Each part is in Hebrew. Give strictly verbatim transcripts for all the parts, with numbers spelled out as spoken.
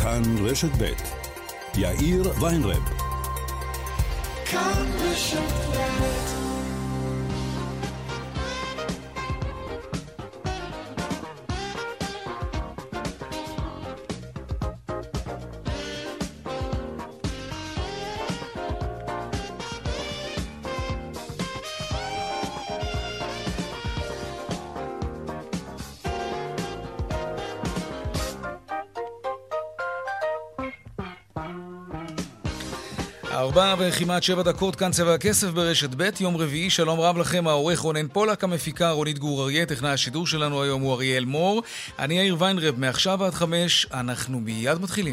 כאן רשת ב' יאיר ויינרב. כאן רשת ב'. ארבע וכמעט שבע דקות, כאן צבע הכסף ברשת ב', יום רביעי. שלום רב לכם, העורך רונן פולק, המפיקה רונית גור אריה, טכנאי השידור שלנו היום הוא אריאל מור. אני יאיר ויינרב, מעכשיו עד חמש, אנחנו מיד מתחילים.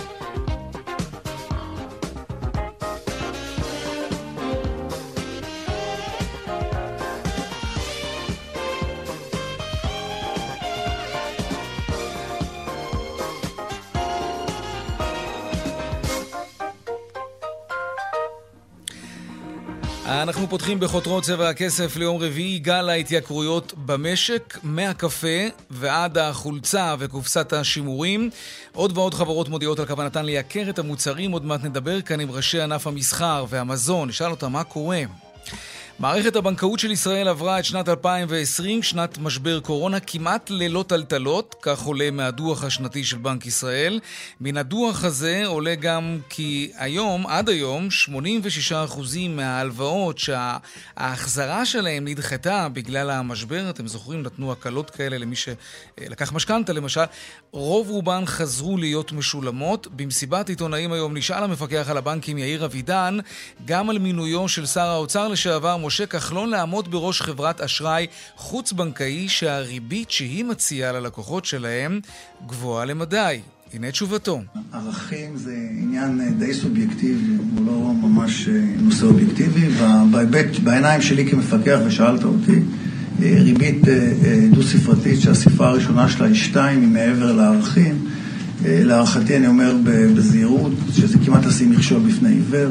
אנחנו פותחים בחותרות צבע הכסף ליום רביעי. גל ההתייקרויות במשק, מהקפה ועד החולצה וקופסת השימורים. עוד ועוד חברות מודיעות על כוונתן לייקר את המוצרים. עוד מעט נדבר כאן עם ראשי ענף המסחר והמזון, נשאל אותם מה קורה. מערכת הבנקאות של ישראל עברה את שנת אלפיים ועשרים, שנת משבר קורונה, כמעט ללא טלטלות, כך עולה מהדוח השנתי של בנק ישראל. מן הדוח הזה עולה גם כי היום, עד היום, שמונים ושישה אחוז מההלוואות שההחזרה שלהם נדחתה בגלל המשבר, אתם זוכרים, נתנו הקלות כאלה למי שלקח משכנתה למשל, רוב רובן חזרו להיות משולמות. במסיבת עיתונאים היום נשאל המפקח על הבנקים יאיר אבידן גם על מינויו של שר האוצר לשעבר משה כחלון לעמוד בראש חברת אשראי חוץ-בנקאי שהריבית שהיא מציעה ללקוחות שלהם גבוהה למדי. הנה תשובתו. ערכים זה עניין די סובייקטיבי, הוא לא ממש נושא אובייקטיבי, ובהיבט, בעיניים שלי כמפקח, ושאלת אותי, ריבית דו-ספרתית שהספרה הראשונה שלה היא שתיים, היא מעבר לערכים. להערכתי אני אומר בזהירות שזה כמעט לשים מכשול בפני עיוור.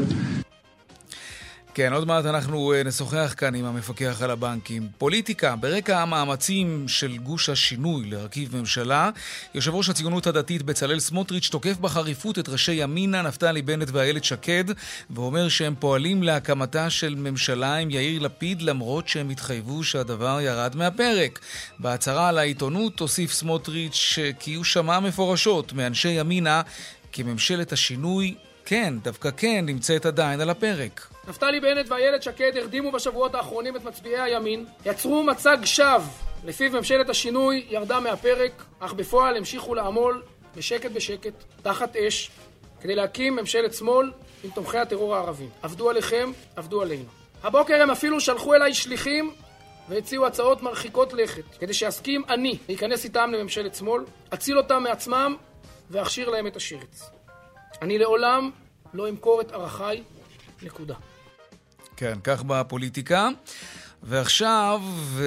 כן, עוד מעט אנחנו נשוחח כאן עם המפקח על הבנקים. פוליטיקה, ברקע המאמצים של גוש השינוי להרכיב ממשלה, יושב ראש הציונות הדתית בצלאל סמוטריץ' תוקף בחריפות את ראשי ימינה, נפתלי בנט ואיילת שקד, ואומר שהם פועלים להקמתה של ממשלה עם יאיר לפיד, למרות שהם התחייבו שהדבר ירד מהפרק. בהצהרה על העיתונות תוסיף סמוטריץ' כי הוא שמע מפורשות מאנשי ימינה כי ממשלת השינוי, כן, דווקא כן, נמצאת עדיין על הפרק. נפתלי בנט ואיילת שקד הרדימו בשבועות האחרונים את מצביעי הימין, יצרו מצג שווא לפיו ממשלת השינוי ירדה מהפרק, אך בפועל המשיכו לעמול בשקט בשקט, תחת אש, כדי להקים ממשלת שמאל עם תומכי הטרור הערבים. עבדו עליכם, עבדו עלינו. הבוקר הם אפילו שלחו אליי שליחים והציעו הצעות מרחיקות לכת, כדי שאסכים אני להיכנס איתם לממשלת שמאל, אציל אותם מעצמם ואכשיר להם את השרץ. אני לעולם לא אמכור את ערכיי, נקודה. כן, כך בפוליטיקה. ועכשיו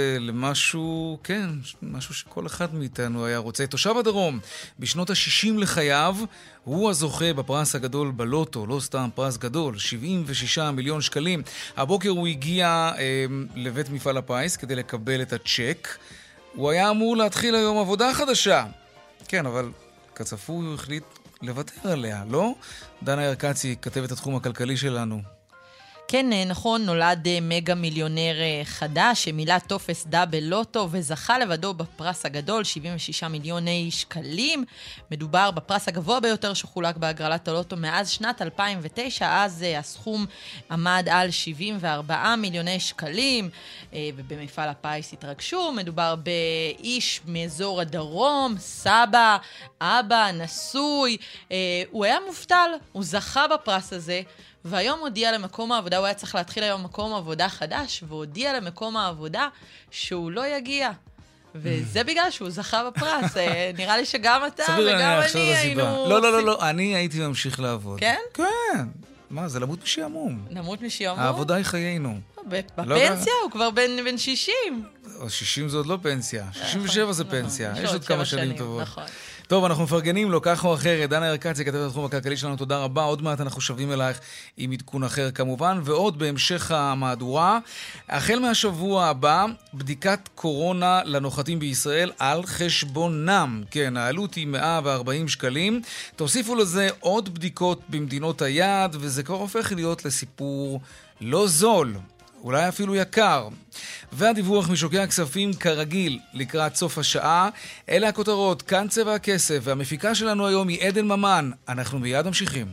למשהו, כן, משהו שכל אחד מאיתנו היה רוצה. תושב הדרום, בשנות ה-שישים לחייו, הוא הזוכה בפרס הגדול בלוטו, לא סתם פרס גדול, שבעים ושישה מיליון שקלים. הבוקר הוא הגיע אה, לבית מפעל הפיס כדי לקבל את הצ'ק. הוא היה אמור להתחיל היום עבודה חדשה. כן, אבל כצפוי הוא החליט לוותר עליה, לא? דנה ירקצי, כתבת התחום הכלכלי שלנו. כן, נכון, נולד מגה מיליונר חדש, שמילא טופס דאבל לוטו וזכה לבדו בפרס הגדול, שבעים ושישה מיליוני שקלים. מדובר בפרס הגבוה ביותר שחולק בהגרלת הלוטו מאז שנת אלפיים ותשע, אז הסכום עמד על שבעים וארבעה מיליוני שקלים, ובמפעל הפיס התרגשו. מדובר באיש מאזור הדרום, סבא, אבא, נשוי, הוא היה מובטל, הוא זכה בפרס הזה, והיום הודיע למקום העבודה, הוא היה צריך להתחיל היום מקום עבודה חדש, והודיע למקום העבודה שהוא לא יגיע. וזה בגלל שהוא זכה בפרס. נראה לי שגם אתה וגם אני היינו... לא, לא, לא, לא, אני הייתי ממשיך לעבוד. כן? כן. מה, זה למות משעמום. למות משעמום? העבודה היא חיינו. בפנסיה הוא כבר בן שישים. שישים זה עוד לא פנסיה, שישים ושבע זה פנסיה, יש עוד כמה שנים טובות. נכון. טוב, אנחנו מפרגנים לו, כך או אחרת. דנה ירקצי, כתבת התחום הכלכלי שלנו, תודה רבה. עוד מעט אנחנו שווים אלייך עם עדכון אחר כמובן, ועוד בהמשך המהדורה. החל מהשבוע הבא, בדיקת קורונה לנוחתים בישראל על חשבונם. כן, העלות היא מאה וארבעים שקלים. תוסיפו לזה עוד בדיקות במדינות היעד, וזה כבר הופך להיות לסיפור לא זול. אולי אפילו יקר. והדיווח משוקי הכספים כרגיל לקראת סוף השעה. אלה הכותרות, כאן צבע הכסף, והמפיקה שלנו היום היא עדן ממן. אנחנו מיד ממשיכים.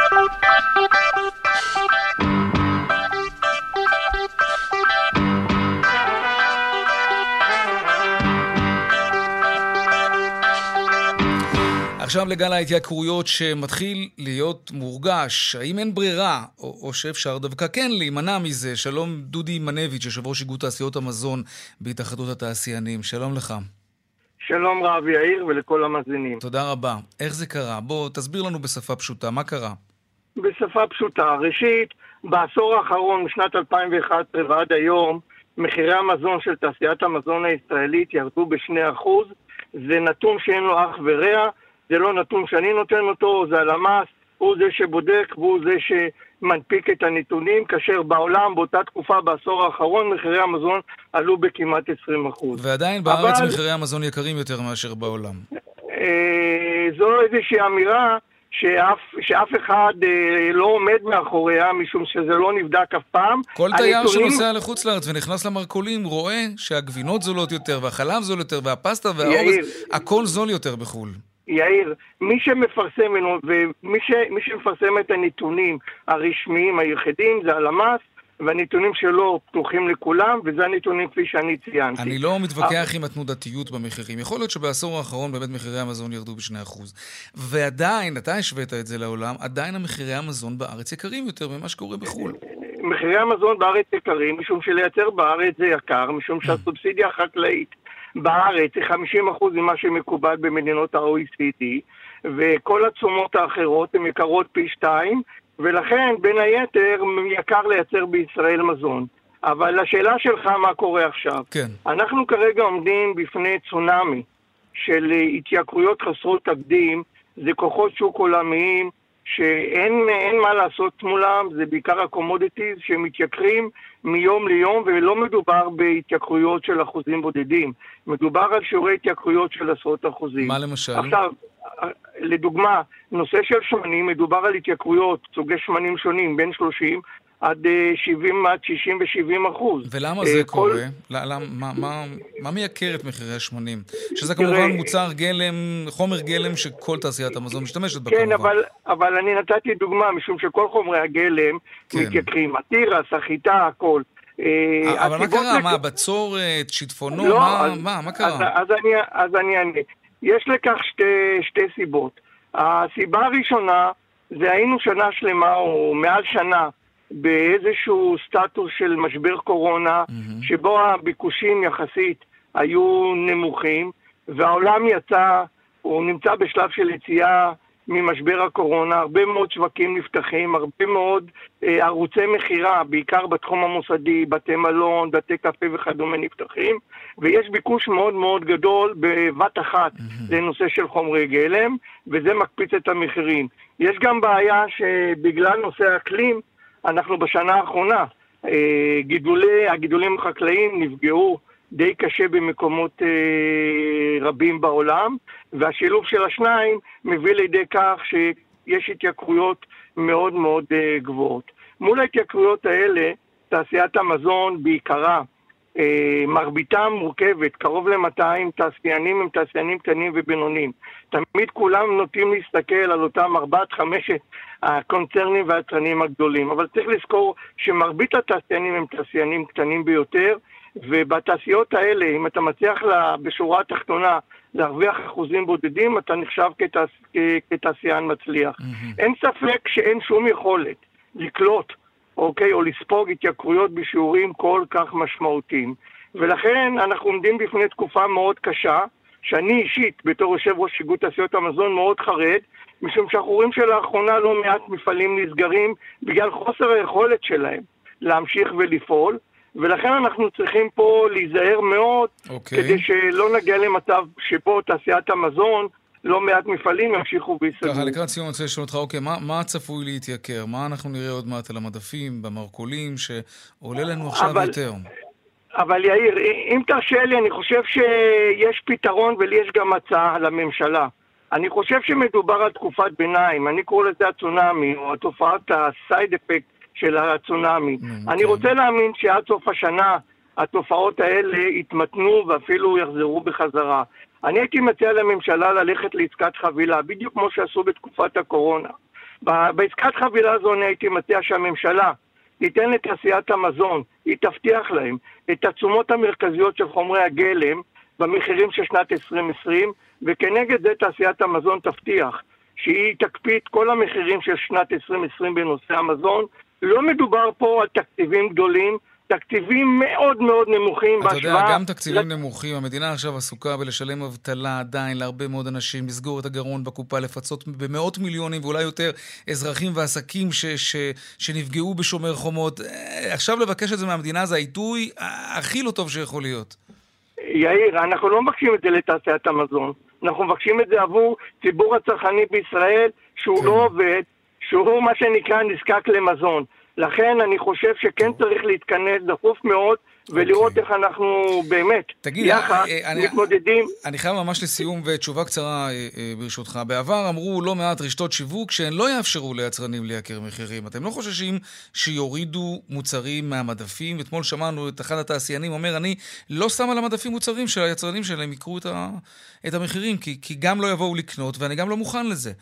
עכשיו לגל ההתייקרויות שמתחיל להיות מורגש. האם אין ברירה, או, או שאפשר דווקא כן להימנע מזה? שלום דודי מנביץ', יושב ראש איגוד תעשיות המזון בהתאחדות התעשיינים. שלום לך. שלום רב יאיר ולכל המאזינים. תודה רבה. איך זה קרה? בוא תסביר לנו בשפה פשוטה. מה קרה? בשפה פשוטה. ראשית, בעשור האחרון, משנת אלפיים ואחת עשרה ועד היום, מחירי המזון של תעשיית המזון הישראלית ירדו ב-שני אחוז. זה נתון שאין לו אח ורע. זה לא נתון שאני נותן אותו, זה הלמ"ס, הוא זה שבודק והוא זה שמנפיק את הנתונים, כאשר בעולם באותה תקופה בעשור האחרון מחירי המזון עלו בכמעט עשרים אחוז. ועדיין בארץ אבל... מחירי המזון יקרים יותר מאשר בעולם. אה, זו איזושהי אמירה שאף, שאף אחד אה, לא עומד מאחוריה, משום שזה לא נבדק אף פעם. כל תייר הנתונים... שנוסע לחוץ לארץ ונכנס למרקולים רואה שהגבינות זולות יותר והחלב זול יותר והפסטה והאורז, הכל זול יותר בחול. יאיר, מי שמפרסם, ומי ש, מי שמפרסם את הנתונים הרשמיים היחידים זה הלמ"ס, והנתונים שלו פתוחים לכולם, וזה הנתונים כפי שאני ציינתי. אני לא מתווכח עם התנודתיות במחירים. יכול להיות שבעשור האחרון באמת מחירי המזון ירדו בשני אחוז. ועדיין, אתה השווית את זה לעולם, עדיין המחירי המזון בארץ יקרים יותר ממה שקורה בחו"ל. מחירי המזון בארץ יקרים, משום שלייצר בארץ זה יקר, משום שהסובסידיה החקלאית בארץ זה חמישים אחוז ממה שמקובל במדינות ה-או אי סי די, וכל התשומות האחרות הן יקרות פי שתיים, ולכן בין היתר יקר לייצר בישראל מזון. אבל השאלה שלך מה קורה עכשיו? כן. אנחנו כרגע עומדים בפני צונאמי של התייקרויות חסרות תקדים, זה כוחות שוק עולמיים שאין אין מה לעשות מולם, זה בעיקר הקומודיטיז שמתייקרים מיום ליום, ולא מדובר בהתייקרויות של אחוזים בודדים, מדובר על שיעורי התייקרויות של עשרות אחוזים. מה למשל? עכשיו, לדוגמה, נושא של שמנים, מדובר על התייקרויות, סוגי שמנים שונים, בין שלושים עד שבעים, עד שישים ו-שבעים אחוז. ולמה זה קורה? מה מייקר את מחירי השמנים? שזה כמובן מוצר גלם, חומר גלם שכל תעשיית המזון משתמשת בה כמובן. כן, אבל אני נתתי דוגמה, משום שכל חומרי הגלם מתייקרים, התירס, החיטה, הכל. אבל מה קרה? מה, בצורת, שיטפונו? מה קרה? אז אני אענה. יש לכך שתי סיבות. הסיבה הראשונה, זה היינו שנה שלמה או מעל שנה, באיזשהו סטטוס של משבר קורונה, mm-hmm. שבו הביקושים יחסית היו נמוכים, והעולם יצא, הוא נמצא בשלב של יציאה ממשבר הקורונה, הרבה מאוד שווקים נפתחים, הרבה מאוד אה, ערוצי מחירה, בעיקר בתחום המוסדי, בתי מלון, בתי קפה וכדומה נפתחים, ויש ביקוש מאוד מאוד גדול בבת אחת mm-hmm. לנושא של חומרי גלם, וזה מקפיץ את המחירים. יש גם בעיה שבגלל נושא האקלים, אנחנו בשנה האחרונה, גידולי, הגידולים החקלאיים נפגעו די קשה במקומות רבים בעולם, והשילוב של השניים מביא לידי כך שיש התייקרויות מאוד מאוד גבוהות. מול ההתייקרויות האלה, תעשיית המזון בעיקרה, מרביתה מורכבת, קרוב ל-מאתיים תעשיינים הם תעשיינים קטנים ובינוניים. תמיד כולם נוטים להסתכל על אותם ארבעת חמשת הקונצרנים והיצרנים הגדולים, אבל צריך לזכור שמרבית התעשיינים הם תעשיינים קטנים ביותר, ובתעשיות האלה, אם אתה מצליח לה, בשורה התחתונה להרוויח אחוזים בודדים, אתה נחשב כתעש... כתעשיין מצליח. Mm-hmm. אין ספק שאין שום יכולת לקלוט אוקיי, או לספוג התייקרויות בשיעורים כל כך משמעותיים. ולכן אנחנו עומדים בפני תקופה מאוד קשה, שאני אישית, בתור יושב ראש איגוד תעשיות המזון, מאוד חרד, משום שאנחנו רואים שלאחרונה לא מעט מפעלים נסגרים, בגלל חוסר היכולת שלהם להמשיך ולפעול, ולכן אנחנו צריכים פה להיזהר מאוד, אוקיי. כדי שלא נגיע למצב שבו תעשיית המזון, לא מעט מפעלים ימשיכו ויסגרו. ככה, לקראת סיום אני רוצה לשאול אותך, אוקיי, מה, מה צפוי להתייקר? מה אנחנו נראה עוד מעט על המדפים, במרקולים, שעולה לנו עכשיו אבל, יותר? אבל יאיר, אם תרשה לי, אני חושב שיש פתרון ולי יש גם הצעה לממשלה. אני חושב שמדובר על תקופת ביניים, אני קורא לזה הצונאמי, או התופעת הסייד אפקט של הצונאמי. Okay. אני רוצה להאמין שעד סוף השנה התופעות האלה יתמתנו ואפילו יחזרו בחזרה. אני הייתי מציע לממשלה ללכת לעסקת חבילה, בדיוק כמו שעשו בתקופת הקורונה. בעסקת חבילה הזו אני הייתי מציע שהממשלה תיתן לתעשיית המזון, היא תבטיח להם את התשומות המרכזיות של חומרי הגלם במחירים של שנת עשרים עשרים, וכנגד זה תעשיית המזון תבטיח שהיא תקפיא את כל המחירים של שנת עשרים עשרים בנושא המזון. לא מדובר פה על תקציבים גדולים, תקציבים מאוד מאוד נמוכים בהשוואה. אתה יודע, גם תקציבים לת... נמוכים. המדינה עכשיו עסוקה בלשלם אבטלה עדיין להרבה מאוד אנשים, לסגור את הגרון בקופה, לפצות במאות מיליונים ואולי יותר אזרחים ועסקים ש... ש... שנפגעו בשומר חומות. עכשיו לבקש את זה מהמדינה זה העיתוי הכי לא טוב שיכול להיות. יאיר, אנחנו לא מבקשים את זה לתעשיית המזון. אנחנו מבקשים את זה עבור ציבור הצרכני בישראל שהוא כן. לא עובד, שהוא מה שנקרא נזקק למזון. לכן אני חושב שכן צריך להתכנס דחוף מאוד, ולראות איך אנחנו באמת יחד מתמודדים. אני חייב ממש לסיום ותשובה קצרה ברשותך. בעבר אמרו לא מעט רשתות שיווק שהן לא יאפשרו ליצרנים לייקר מחירים. אתם לא חוששים שיורידו מוצרים מהמדפים? אתמול שמענו את אחד התעשיינים אומר, אני לא שם על המדפים מוצרים של היצרנים שלהם יקרו את המחירים, כי גם לא יבואו לקנות ואני גם לא מוכן לזה.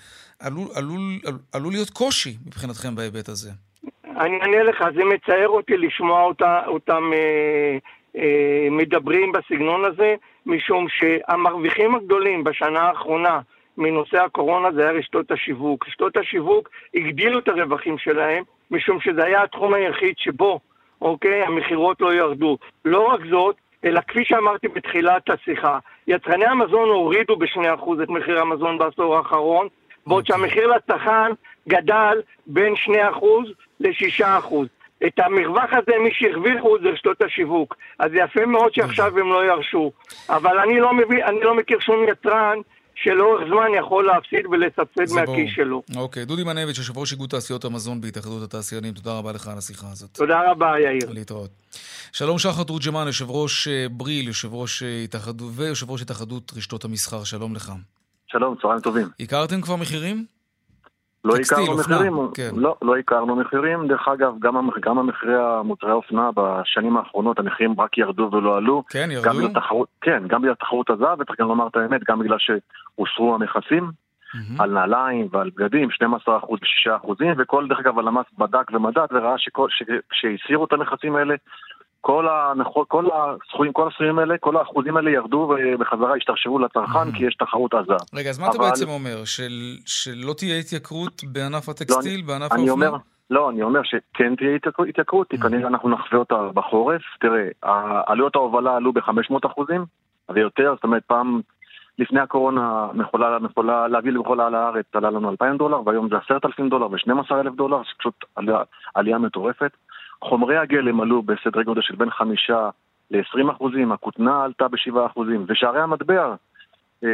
עלול להיות קושי מבחינתכם בהיבט הזה. אני אענה לך, זה מצער אותי לשמוע אותה, אותם אה, אה, מדברים בסגנון הזה, משום שהמרוויחים הגדולים בשנה האחרונה מנושא הקורונה זה היה רשתות השיווק. רשתות השיווק הגדילו את הרווחים שלהם, משום שזה היה התחום היחיד שבו, אוקיי, המחירות לא ירדו. לא רק זאת, אלא כפי שאמרתי בתחילת השיחה, יצרני המזון הורידו ב-שני אחוז את מחיר המזון בעשור האחרון, בעוד שהמחיר לצרכן גדל בין שני אחוז ל-שישה אחוז. את המרווח הזה מי שהרוויחו זה רשתות השיווק. אז זה יפה מאוד שעכשיו הם לא ירשו. אבל אני לא מבין, אני לא מכיר שום יצרן שלאורך זמן יכול להפסיד ולסבסד מהכיס שלו. אוקיי, דודי מנביץ', יושב ראש איגוד תעשיות המזון בהתאחדות התעשיינים. תודה רבה לך על השיחה הזאת. תודה רבה, יאיר. להתראות. שלום שחר תורג'מן, יושב ראש בריל, יושב ראש התאחדות ויושב ראש התאחדות רשתות המסחר. שלום לך. שלום, צהריים טובים. הכרתם כבר מחירים? לא הכרנו מחירים, לא, לא הכרנו מחירים. דרך אגב, גם המחירי המוצרי האופנה בשנים האחרונות, המחירים רק ירדו ולא עלו. כן, ירדו? כן, גם בגלל תחרות עזה, וצריך גם לומר את האמת, גם בגלל שהוסרו המכסים על נעליים ועל בגדים, שנים עשר אחוז ו-שישה אחוז, וכל דרך אגב הלמ"ס בדק ומדד וראה שהסירו את המכסים האלה, כל הסכומים, כל הסכומים האלה, כל האחוזים האלה ירדו ובחזרה השתרשרו לצרכן כי יש תחרות עזה. רגע, אז מה אתה בעצם אומר? שלא תהיה התייקרות בענף הטקסטיל, בענף האופנה? לא, אני אומר שכן תהיה התייקרות, כי כנראה אנחנו נחווה אותה בחורף. תראה, עלויות ההובלה עלו ב-חמש מאות אחוזים, ויותר, זאת אומרת, פעם לפני הקורונה יכולה להביא למכולה לארץ, עלה לנו אלפיים דולר, והיום זה עשרת אלפים דולר ו-שנים עשר אלף דולר, זה פשוט עלייה מטורפת. חומרי הגלם עלו בסדרי גודל של בין חמישה ל-עשרים אחוזים, הכותנה עלתה בשבעה אחוזים, ושערי המטבע, אה,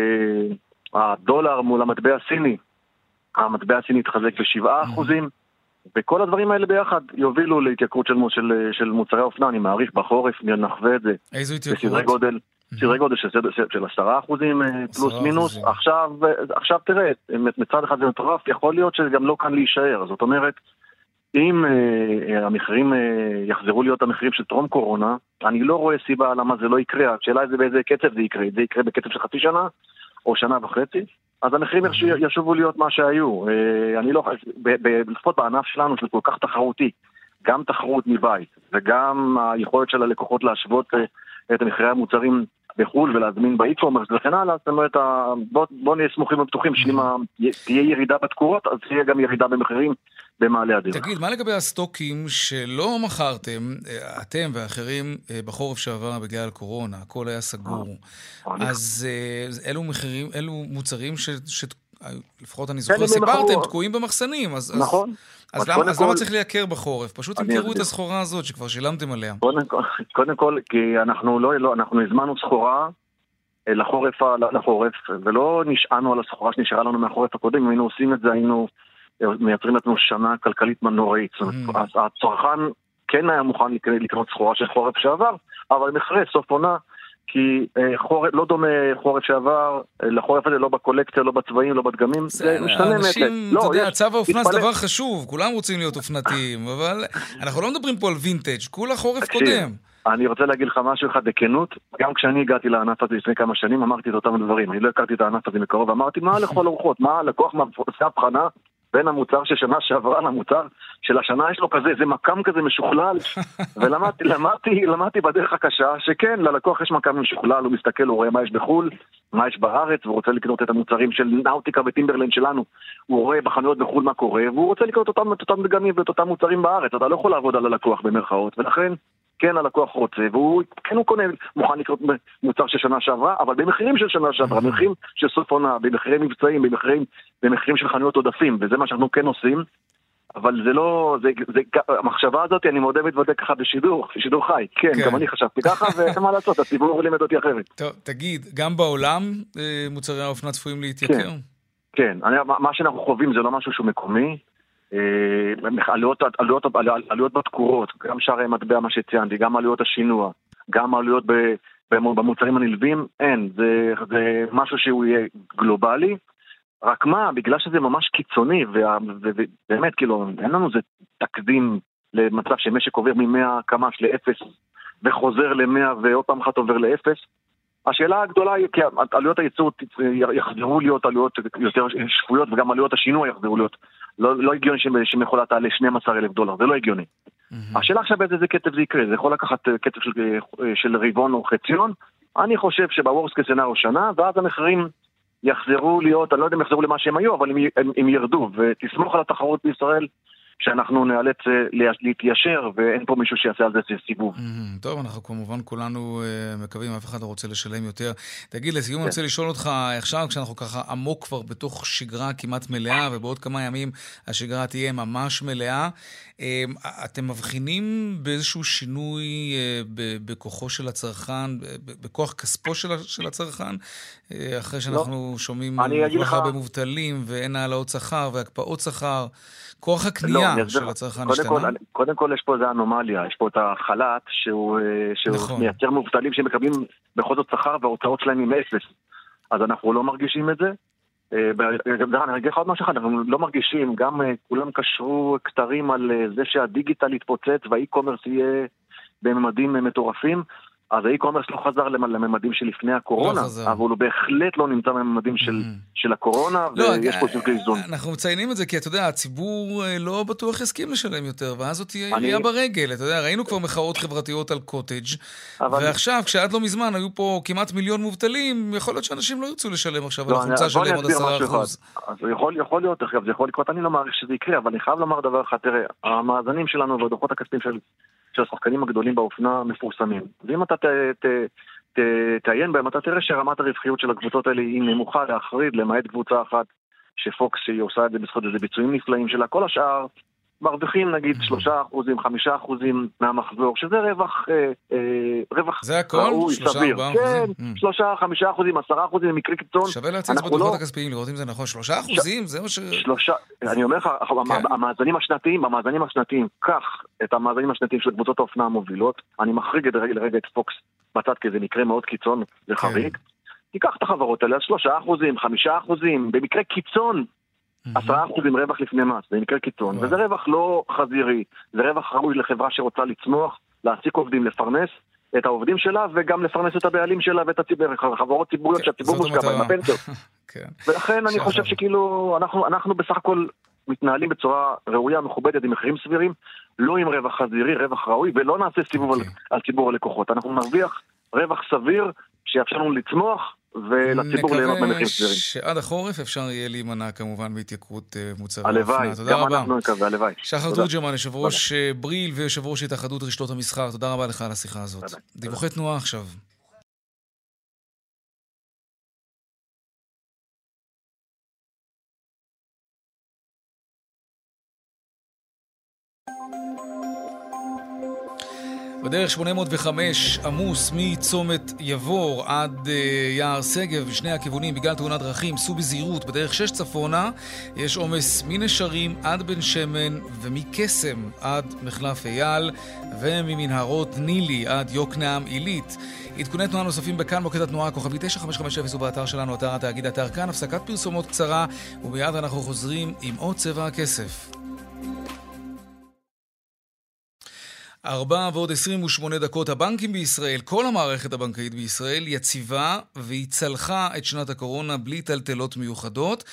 הדולר מול המטבע הסיני, המטבע הסיני התחזק בשבעה אחוזים, וכל הדברים האלה ביחד יובילו להתייקרות של, של, של מוצרי אופנה, אני מעריך בחורף, נחווה את זה. איזו התייקרות? בסדרי גודל, סדרי גודל של, של עשרה אחוזים פלוס מינוס. עכשיו, עכשיו תראה, מצד אחד זה מטורף, יכול להיות שזה גם לא כאן להישאר, זאת אומרת, אם uh, המחירים uh, יחזרו להיות המחירים של טרום קורונה, אני לא רואה סיבה למה זה לא יקרה. השאלה היא באיזה קצב זה יקרה. זה יקרה בקצב של חצי שנה או שנה וחצי, אז המחירים ישובו להיות מה שהיו. Uh, אני לא, לפחות בענף שלנו שזה כל כך תחרותי, גם תחרות מבית וגם היכולת של הלקוחות להשוות uh, את מחירי המוצרים בחול ולהזמין באי-קומרס וכן הלאה, זאת אומרת, בוא, בוא נהיה סמוכים ובטוחים שאם תהיה ירידה בתקורות, אז תהיה גם ירידה במחירים במעלה הדרך. תגיד, מה לגבי הסטוקים שלא מכרתם, אתם ואחרים, בחורף שעבר בגלל קורונה, הכל היה סגור, אז אלו מחירים, אלו מוצרים ש... ש לפחות אני זוכר, סיפרתם, תקועים במחסנים. נכון. אז למה צריך לייקר בחורף? פשוט תמכרו את הסחורה הזאת שכבר שילמתם עליה. קודם כל, כי אנחנו לא, אנחנו הזמנו סחורה לחורף, לחורף, ולא נשענו על הסחורה שנשארה לנו מהחורף הקודם. אם היינו עושים את זה, היינו מייצרים לנו שנה כלכלית מנורית. אז הצרכן כן היה מוכן לקנות סחורה של חורף שעבר, אבל מחרי סוף עונה, כי חורף, לא דומה חורף שעבר לחורף הזה, לא בקולקציה, לא בצבעים, לא בדגמים, זה משתנה. אנשים, אתה יודע, צבע אופנה זה דבר חשוב, כולם רוצים להיות אופנתיים, אבל אנחנו לא מדברים פה על וינטג', כולה חורף קודם. אני רוצה להגיד לך משהו אחד בכנות, גם כשאני הגעתי לענף הזה לפני כמה שנים, אמרתי את אותם דברים, אני לא הכרתי את הענף הזה מקרוב, אמרתי, מה לכל אורחות, מה הלקוח עושה הבחנה בין המוצר של שנה שעברה למוצר של השנה, יש לו כזה, זה מקם כזה משוכלל, ולמדתי, למדתי, למדתי בדרך הקשה, שכן, ללקוח יש מקם משוכלל, הוא מסתכל, הוא רואה מה יש בחול, מה יש בארץ, והוא רוצה לקנות את המוצרים של נאוטיקה וטימברלנד שלנו, הוא רואה בחנויות בחול מה קורה, והוא רוצה לקנות אותם, את אותם דגמים ואת אותם מוצרים בארץ, אתה לא יכול לעבוד על הלקוח במרכאות, ולכן, כן, הלקוח רוצה, והוא, כן, הוא קונה, מוכן לקנות מוצר של שנה שעברה, אבל במחירים של שנה שעברה, במחירים של סוף עונה, במחירים מבצעים, במחירים, במחירים של חנויות עודפים, וזה מה שאנחנו כן עושים, אבל זה לא, זה, זה, המחשבה הזאת, אני מאוד מתוודא ככה בשידור, בשידור חי, כן, כן. גם אני חשבתי ככה, ומה לעשות, הציבור לימד אותי אחרת. טוב, תגיד, גם בעולם מוצרי האופנה צפויים להתייקר? כן, כן, אני, מה שאנחנו חווים זה לא משהו שהוא מקומי, עלויות, עלויות, עלויות בתקורות, גם שערי מטבע מה שציינתי, גם עלויות השינוע, גם עלויות במוצרים הנלווים, אין, זה, זה משהו שהוא יהיה גלובלי, רק מה, בגלל שזה ממש קיצוני, ובאמת כאילו, אין לנו זה תקדים למצב שמשק עובר מ-מאה קמ"ש ל-אפס, וחוזר ל-מאה ועוד פעם אחת עובר ל-אפס, השאלה הגדולה היא, כי עלויות הייצור יחזרו להיות עלויות יותר שפויות, וגם עלויות השינוע יחזרו להיות, לא, לא הגיוני שמכולה תעלה שנים עשר אלף דולר, זה לא הגיוני. Mm-hmm. השאלה עכשיו באיזה קצב זה יקרה, זה יכול לקחת קצב של, של רבעון או חציון, אני חושב שבוורסט קייס סנאריו שנה, ואז המחירים יחזרו להיות, אני לא יודע אם יחזרו למה שהם היו, אבל הם, הם, הם ירדו, ותסמוך על התחרות בישראל, שאנחנו נאלץ להתיישר, ואין פה מישהו שיעשה על זה סיבוב. טוב, אנחנו כמובן כולנו מקווים, אף אחד לא רוצה לשלם יותר. תגיד, לסיום אני רוצה לשאול אותך, עכשיו כשאנחנו ככה עמוק כבר בתוך שגרה כמעט מלאה, ובעוד כמה ימים השגרה תהיה ממש מלאה, אתם מבחינים באיזשהו שינוי בכוחו של הצרכן, בכוח כספו של הצרכן, אחרי שאנחנו שומעים כל כך הרבה מובטלים, ואין העלאות שכר והקפאות שכר, כוח הקנייה לא, של הצרכן השתנה? כל, קודם כל יש פה איזו אנומליה, יש פה את החל"ת שהוא, שהוא נכון. מייצר מובטלים שמקבלים בכל זאת שכר וההוצאות שלהם עם אפס. אז אנחנו לא מרגישים את זה. אני אגיד לך עוד משהו אחד, אנחנו לא מרגישים, גם כולם קשרו כתרים על זה שהדיגיטל יתפוצץ והאי-קומרס יהיה בממדים מטורפים. אז האי-קומרס לא חזר לממדים שלפני הקורונה, לא אבל הוא בהחלט לא נמצא בממדים של, mm-hmm. של הקורונה, לא, ויש פה סוג איזון. אנחנו מציינים את זה, כי אתה יודע, הציבור לא בטוח יסכים לשלם יותר, ואז זאת תהיה עירייה אני... ברגל. אתה יודע, ראינו כבר מחאות חברתיות על קוטג', אבל... ועכשיו, כשעד לא מזמן היו פה כמעט מיליון מובטלים, יכול להיות שאנשים לא ירצו לשלם עכשיו, לא, על החומצה שלהם עוד עשרה אחוז. אז יכול, יכול להיות, זה יכול לקרות, אני לא מעריך שזה יקרה, אבל אני חייב לומר דבר אחד, תראה, המאזנים שלנו והדוחות הכספיים של של השחקנים הגדולים באופנה מפורסמים. ואם אתה ת, ת, ת, תעיין בהם, אתה תראה שרמת הרווחיות של הקבוצות האלה היא נמוכה להחריד, למעט קבוצה אחת שפוקס שהיא עושה את זה בזכות איזה ביצועים נפלאים שלה. כל השאר מרוויחים נגיד שלושה אחוזים, חמישה אחוזים מהמחזור, שזה רווח, אה, אה, רווח זה הכל? שלושה, ארבעה אחוזים? כן, שלושה, חמישה אחוזים, עשרה אחוזים, במקרה קיצון. שווה להציץ בדוחות לא... הכספיים, לראות אם זה נכון. שלושה אחוזים, ש... זה מה ש... שלושה, אני אומר לך, כן. המאזנים השנתיים, המאזנים השנתיים, קח את המאזנים השנתיים של קבוצות האופנה המובילות, אני מחריג את רגע לרגע את פוקס בצד, כי זה מקרה מאוד קיצון וחריג. תיקח את החברות האלה, שלושה אחוזים, חמישה אחוזים, במקרה קיצון, עשרה אחוזים רווח לפני מס, זה מקרה קיצון, וזה רווח לא חזירי, זה רווח ראוי לחברה שרוצה לצמוח, להעסיק עובדים, לפרנס את העובדים שלה, וגם לפרנס את הבעלים שלה ואת החברות ציבוריות שהציבור מושקע בהן, הפנסיות. ולכן אני חושב שכאילו, אנחנו בסך הכל מתנהלים בצורה ראויה, מכובדת, עם מחירים סבירים, לא עם רווח חזירי, רווח ראוי, ולא נעשה סיבוב על ציבור הלקוחות. אנחנו נרוויח רווח סביר שיאפשר לנו לצמוח, ולציבור ליהנות במחירים סבירים. שעד החורף אפשר יהיה להימנע כמובן בהתייקרות מוצרי האופנה. תודה רבה. אנחנו נקווה, הלוואי. שחר תורג'מן, יושב ראש בריל ויושב ראש התאחדות רשתות המסחר, תודה רבה לך על השיחה הזאת. דיווחי תנועה עכשיו. בדרך שמונה מאות וחמש עמוס מצומת יבור עד uh, יער סגב בשני הכיוונים בגלל תאונת דרכים. סעו בזהירות. בדרך שש צפונה יש עומס מנשרים עד בן שמן ומקסם עד מחלף אייל וממנהרות נילי עד יוקנעם עילית. עדכוני תנועה נוספים בכאן מוקד התנועה כוכבי תשע חמש חמש אפס ובאתר שלנו אתר התאגיד אתר כאן. הפסקת פרסומות קצרה ומיד אנחנו חוזרים עם עוד צבע הכסף. ארבע ועוד עשרים ושמונה דקות. הבנקים בישראל, כל המערכת הבנקאית בישראל יציבה והיא צלחה את שנת הקורונה בלי טלטלות מיוחדות,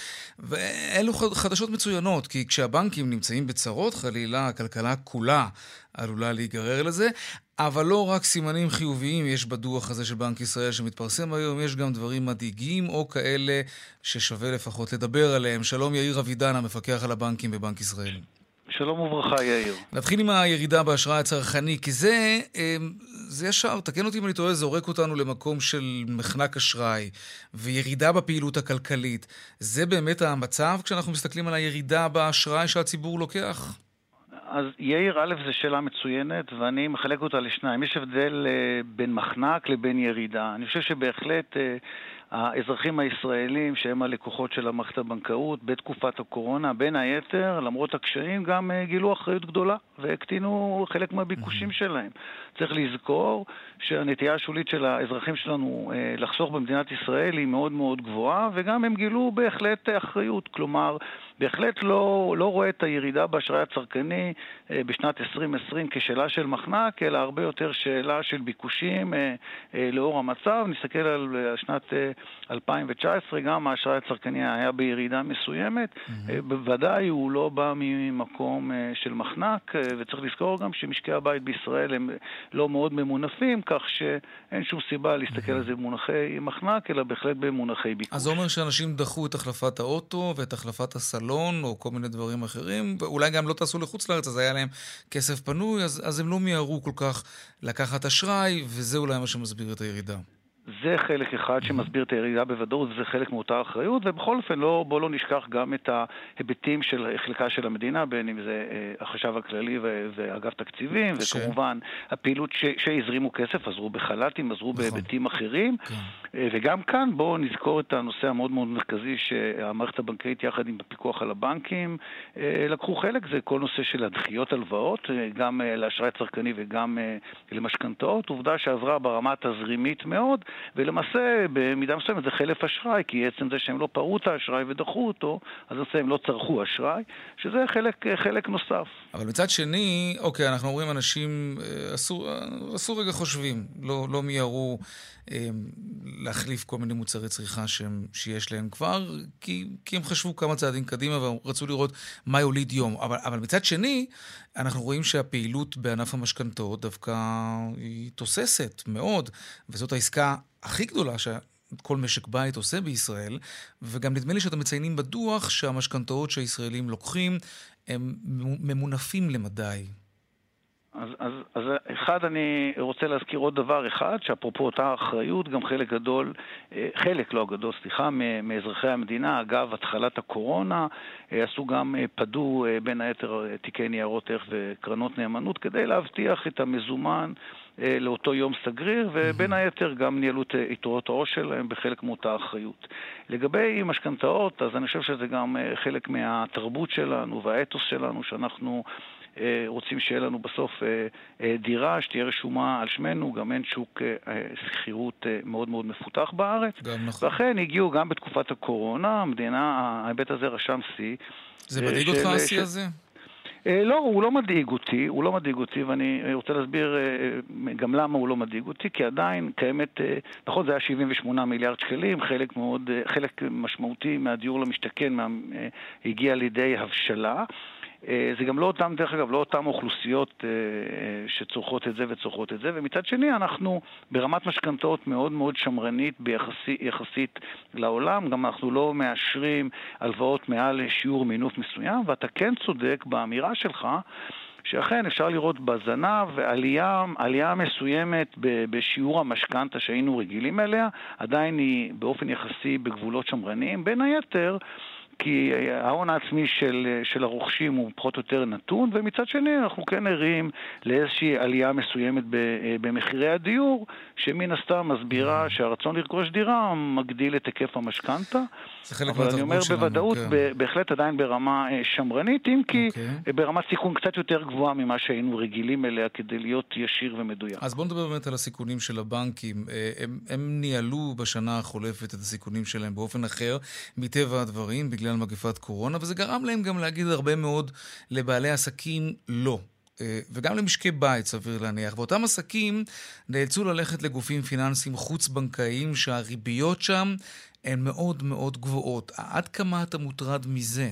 ואלו חדשות מצוינות, כי כשהבנקים נמצאים בצרות חלילה הכלכלה כולה עלולה להיגרר לזה, אבל לא רק סימנים חיוביים יש בדוח הזה של בנק ישראל שמתפרסם היום, יש גם דברים מדאיגים או כאלה ששווה לפחות לדבר עליהם. שלום יאיר אבידן, המפקח על הבנקים בבנק ישראל. שלום וברכה יאיר. נתחיל עם הירידה באשראי הצרכני, כי זה, זה ישר, תקן אותי אם אני טועה, זורק אותנו למקום של מחנק אשראי וירידה בפעילות הכלכלית. זה באמת המצב כשאנחנו מסתכלים על הירידה באשראי שהציבור לוקח? אז יאיר, א', זו שאלה מצוינת, ואני מחלק אותה לשניים. יש הבדל בין מחנק לבין ירידה. אני חושב שבהחלט האזרחים הישראלים שהם הלקוחות של המערכת הבנקאות בתקופת הקורונה, בין היתר, למרות הקשיים, גם גילו אחריות גדולה והקטינו חלק מהביקושים שלהם. צריך לזכור שהנטייה השולית של האזרחים שלנו לחסוך במדינת ישראל היא מאוד מאוד גבוהה, וגם הם גילו בהחלט אחריות. כלומר, בהחלט לא, לא רואה את הירידה באשראי הצרכני בשנת עשרים עשרים כשאלה של מחנק, אלא הרבה יותר שאלה של ביקושים לאור המצב. נסתכל על שנת אלפיים תשע עשרה, גם האשראי הצרכני היה בירידה מסוימת. Mm-hmm. בוודאי הוא לא בא ממקום של מחנק, וצריך לזכור גם שמשקי הבית בישראל הם לא מאוד ממונפים, כך שאין שום סיבה להסתכל mm-hmm. על זה במונחי מחנק, אלא בהחלט במונחי ביקוש. אז זה אומר שאנשים דחו את החלפת האוטו ואת החלפת הסלון, או כל מיני דברים אחרים, ואולי גם לא טסו לחוץ לארץ, אז היה להם כסף פנוי, אז, אז הם לא מיהרו כל כך לקחת אשראי, וזה אולי מה שמסביר את הירידה. זה חלק אחד שמסביר את הירידה בוודאות, זה חלק מאותה אחריות, ובכל אופן לא, בוא לא נשכח גם את ההיבטים של חלקה של המדינה, בין אם זה החשב הכללי ואגף תקציבים, וכמובן הפעילות שהזרימו כסף, עזרו בחלטים, עזרו בהיבטים אחרים, וגם כאן בואו נזכור את הנושא המאוד מאוד מרכזי שהמערכת הבנקאית יחד עם הפיקוח על הבנקים לקחו חלק, זה כל נושא של הדחיות הלוואות, גם לאשראי צרכני וגם למשכנתאות, עובדה שעברה ברמה התזרימית מאוד, ולמעשה במידה מסוימת זה חלף אשראי, כי עצם זה שהם לא פרו את האשראי ודחו אותו, אז למעשה הם לא צרכו אשראי, שזה חלק, חלק נוסף. אבל מצד שני, אוקיי, אנחנו אומרים אנשים עשו, עשו רגע חושבים, לא, לא מיירו אה, להחליף כל מיני מוצרי צריכה שהם, שיש להם כבר, כי, כי הם חשבו כמה צעדים קדימה ורצו לראות מה יוליד יום. אבל, אבל מצד שני, אנחנו רואים שהפעילות בענף המשכנתאות דווקא היא תוססת מאוד, וזאת העסקה הכי גדולה שכל משק בית עושה בישראל, וגם נדמה לי שאתם מציינים בדוח שהמשכנתאות שהישראלים לוקחים הם ממונפים למדי. אז, אז, אז אחד, אני רוצה להזכיר עוד דבר אחד, שאפרופו אותה אחריות, גם חלק גדול, חלק לא גדול, סליחה, מאזרחי המדינה, אגב, התחלת הקורונה, עשו גם, פדו בין היתר תיקי ניירות ערך וקרנות נאמנות, כדי להבטיח את המזומן לאותו יום סגריר, ובין היתר גם ניהלו את יתרות העו"ש שלהם בחלק מאותה אחריות. לגבי משכנתאות, אז אני חושב שזה גם חלק מהתרבות שלנו והאתוס שלנו, שאנחנו רוצים שיהיה לנו בסוף דירה, שתהיה רשומה על שמנו, גם אין שוק שכירות מאוד מאוד מפותח בארץ. נכון. ואכן הגיעו גם בתקופת הקורונה, המדינה, ההיבט הזה רשם סי. זה מדאיג אותך הסי הזה? לא, הוא לא מדאיג אותי, הוא לא מדאיג אותי, ואני רוצה להסביר גם למה הוא לא מדאיג אותי, כי עדיין קיימת, נכון, זה היה שבעים ושמונה מיליארד שקלים, חלק מאוד, חלק משמעותי מהדיור למשתכן הגיע לידי הבשלה. זה גם לא אותם, דרך אגב, לא אותם אוכלוסיות שצורכות את זה וצורכות את זה, ומצד שני אנחנו ברמת משכנתאות מאוד מאוד שמרנית ביחסי, יחסית לעולם, גם אנחנו לא מאשרים הלוואות מעל שיעור מינוף מסוים, ואתה כן צודק באמירה שלך, שאכן אפשר לראות בזנב עלייה, עלייה מסוימת בשיעור המשכנתה שהיינו רגילים אליה, עדיין היא באופן יחסי בגבולות שמרניים, בין היתר, כי ההון העצמי של, של הרוכשים הוא פחות או יותר נתון, ומצד שני אנחנו כן ערים לאיזושהי עלייה מסוימת במחירי הדיור, שמן הסתם מסבירה שהרצון לרכוש דירה מגדיל את היקף המשכנתה. אבל אני אומר בוודאות, כן. בהחלט עדיין ברמה שמרנית, אם כי okay. ברמת סיכון קצת יותר גבוהה ממה שהיינו רגילים אליה כדי להיות ישיר ומדויק. אז בואו נדבר באמת על הסיכונים של הבנקים. הם, הם ניהלו בשנה החולפת את הסיכונים שלהם באופן אחר, מטבע הדברים, בגלל מגפת קורונה, וזה גרם להם גם להגיד הרבה מאוד לבעלי עסקים לא. וגם למשקי בית, סביר להניח. ואותם עסקים נאלצו ללכת לגופים פיננסיים חוץ-בנקאיים שהריביות שם הן מאוד מאוד גבוהות. עד כמה אתה מוטרד מזה?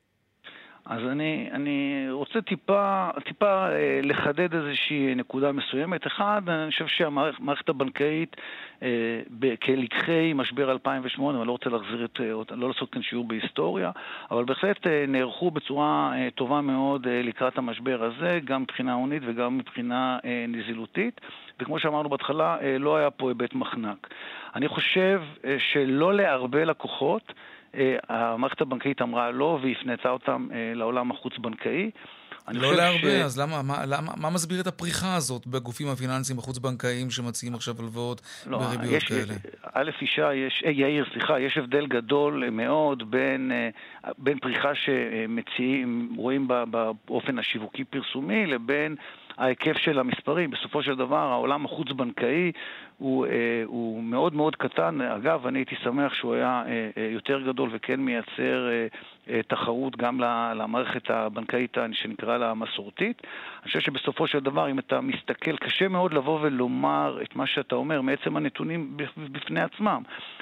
אז אני, אני רוצה טיפה, טיפה אה, לחדד איזושהי נקודה מסוימת. אחד, אני חושב שהמערכת הבנקאית אה, כלקחי משבר אלפיים ושמונה, אני לא רוצה להחזיר את, אה, לא לעשות כאן שיעור בהיסטוריה, אבל בהחלט אה, נערכו בצורה אה, טובה מאוד אה, לקראת המשבר הזה, גם מבחינה הונית וגם מבחינה אה, נזילותית. וכמו שאמרנו בהתחלה, אה, לא היה פה היבט מחנק. אני חושב אה, שלא להרבה לקוחות, המערכת הבנקאית אמרה לא, והפנתה אותם לעולם החוץ-בנקאי. לא להרבה, אז למה, מה, מה מסביר את הפריחה הזאת בגופים הפיננסיים החוץ-בנקאיים שמציעים עכשיו הלוואות בריביות כאלה? א', אישה, יש, יאיר, סליחה, יש הבדל גדול מאוד בין, בין פריחה שמציעים, רואים באופן השיווקי פרסומי, לבין ההיקף של המספרים. בסופו של דבר, העולם החוץ-בנקאי הוא, אה, הוא מאוד מאוד קטן. אגב, אני הייתי שמח שהוא היה אה, אה, יותר גדול וכן מייצר אה, אה, תחרות גם למערכת הבנקאית שנקרא לה מסורתית. אני חושב שבסופו של דבר, אם אתה מסתכל, קשה מאוד לבוא ולומר את מה שאתה אומר, מעצם הנתונים בפני עצמם.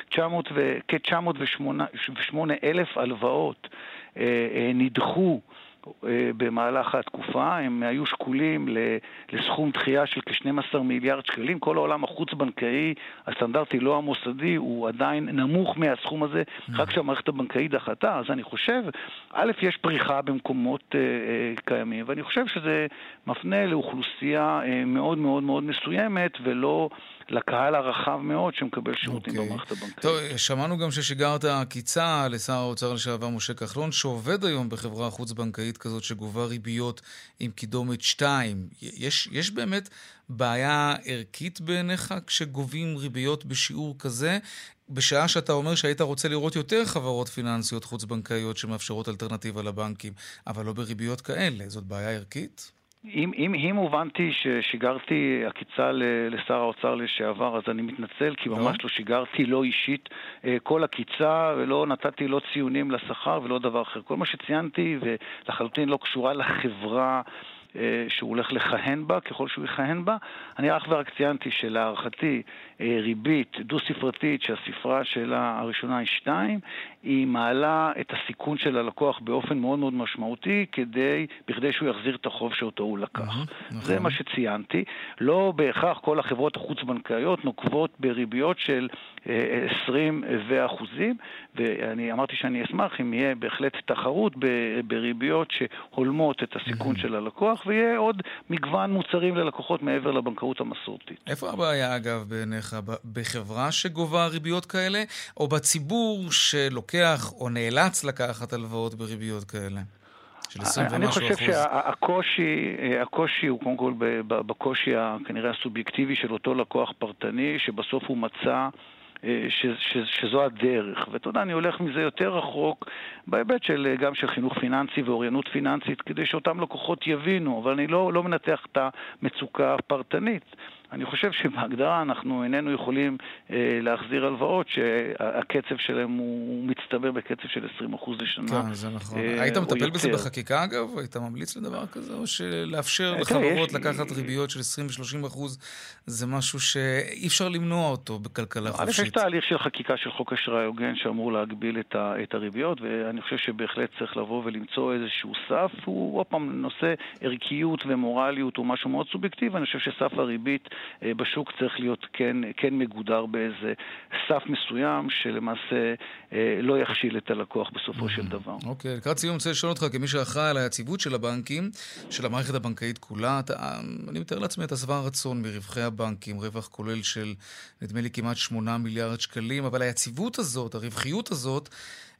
כ-תשע מאות ושמונה אלף הלוואות אה, אה, נדחו במהלך התקופה, הם היו שקולים לסכום דחייה של כ-שנים עשר מיליארד שקלים. כל העולם החוץ-בנקאי, הסטנדרטי לא המוסדי, הוא עדיין נמוך מהסכום הזה, רק שהמערכת הבנקאית דחתה. אז אני חושב, א', יש פריחה במקומות קיימים, ואני חושב שזה מפנה לאוכלוסייה מאוד מאוד מאוד מסוימת, ולא לקהל הרחב מאוד שמקבל שירותים okay. במערכת הבנקאית. טוב, שמענו גם ששיגרת עקיצה לשר האוצר לשעבר משה כחלון, שעובד היום בחברה חוץ-בנקאית כזאת שגובה ריביות עם קידומת שתיים. יש, יש באמת בעיה ערכית בעיניך כשגובים ריביות בשיעור כזה, בשעה שאתה אומר שהיית רוצה לראות יותר חברות פיננסיות חוץ-בנקאיות שמאפשרות אלטרנטיבה לבנקים, אבל לא בריביות כאלה. זאת בעיה ערכית? אם, אם, אם הובנתי ששיגרתי עקיצה לשר האוצר לשעבר, אז אני מתנצל, כי ממש לא שיגרתי, לא אישית, כל עקיצה, ולא נתתי לא ציונים לשכר ולא דבר אחר. כל מה שציינתי, ולחלוטין לא קשורה לחברה שהוא הולך לכהן בה, ככל שהוא יכהן בה. אני אך ורק ציינתי שלהערכתי ריבית דו-ספרתית, שהספרה שלה הראשונה היא שתיים, היא מעלה את הסיכון של הלקוח באופן מאוד מאוד משמעותי, כדי, בכדי שהוא יחזיר את החוב שאותו הוא לקח. זה מה שציינתי. לא בהכרח כל החברות החוץ-בנקאיות נוקבות בריביות של עשרים אחוזים, ואני אמרתי שאני אשמח אם יהיה בהחלט תחרות בריביות שהולמות את הסיכון של הלקוח, ויהיה עוד מגוון מוצרים ללקוחות מעבר לבנקאות המסורתית. איפה הבעיה, אגב, בעיניך? בחברה שגובה ריביות כאלה, או בציבור שלוקח או נאלץ לקחת הלוואות בריביות כאלה? אני חושב שהקושי, הקושי הוא קודם כל בקושי כנראה הסובייקטיבי של אותו לקוח פרטני, שבסוף הוא מצא ש, ש, שזו הדרך. ואתה יודע, אני הולך מזה יותר רחוק בהיבט של גם של חינוך פיננסי ואוריינות פיננסית, כדי שאותם לקוחות יבינו, אבל אני לא, לא מנתח את המצוקה הפרטנית. אני חושב שבהגדרה אנחנו איננו יכולים אה, להחזיר הלוואות שהקצב שלהם הוא מצטבר בקצב של עשרים אחוז לשנה. כן, זה נכון. אה, היית מטפל בזה בחקיקה אגב? היית ממליץ לדבר כזה? או שלאפשר לחברות לקחת ריביות של עשרים ושלושים אחוז זה משהו שאי אפשר למנוע אותו בכלכלה חופשית? יש תהליך של חקיקה של חוק אשראי הוגן שאמור להגביל את, ה, את הריביות, ואני חושב שבהחלט צריך לבוא ולמצוא איזשהו סף. הוא עוד פעם נושא ערכיות ומורליות הוא משהו מאוד סובייקטיבי. אני חושב שסף הריבית בשוק צריך להיות כן, כן מגודר באיזה סף מסוים שלמעשה לא יכשיל את הלקוח בסופו של דבר. אוקיי, לקראת סיום רוצה לשאול אותך כמי שאחראי על היציבות של הבנקים, של המערכת הבנקאית כולה, אני מתאר לעצמי את השבע רצון מרווחי הבנקים, רווח כולל של נדמה לי כמעט שמונה מיליארד שקלים, אבל היציבות הזאת, הרווחיות הזאת,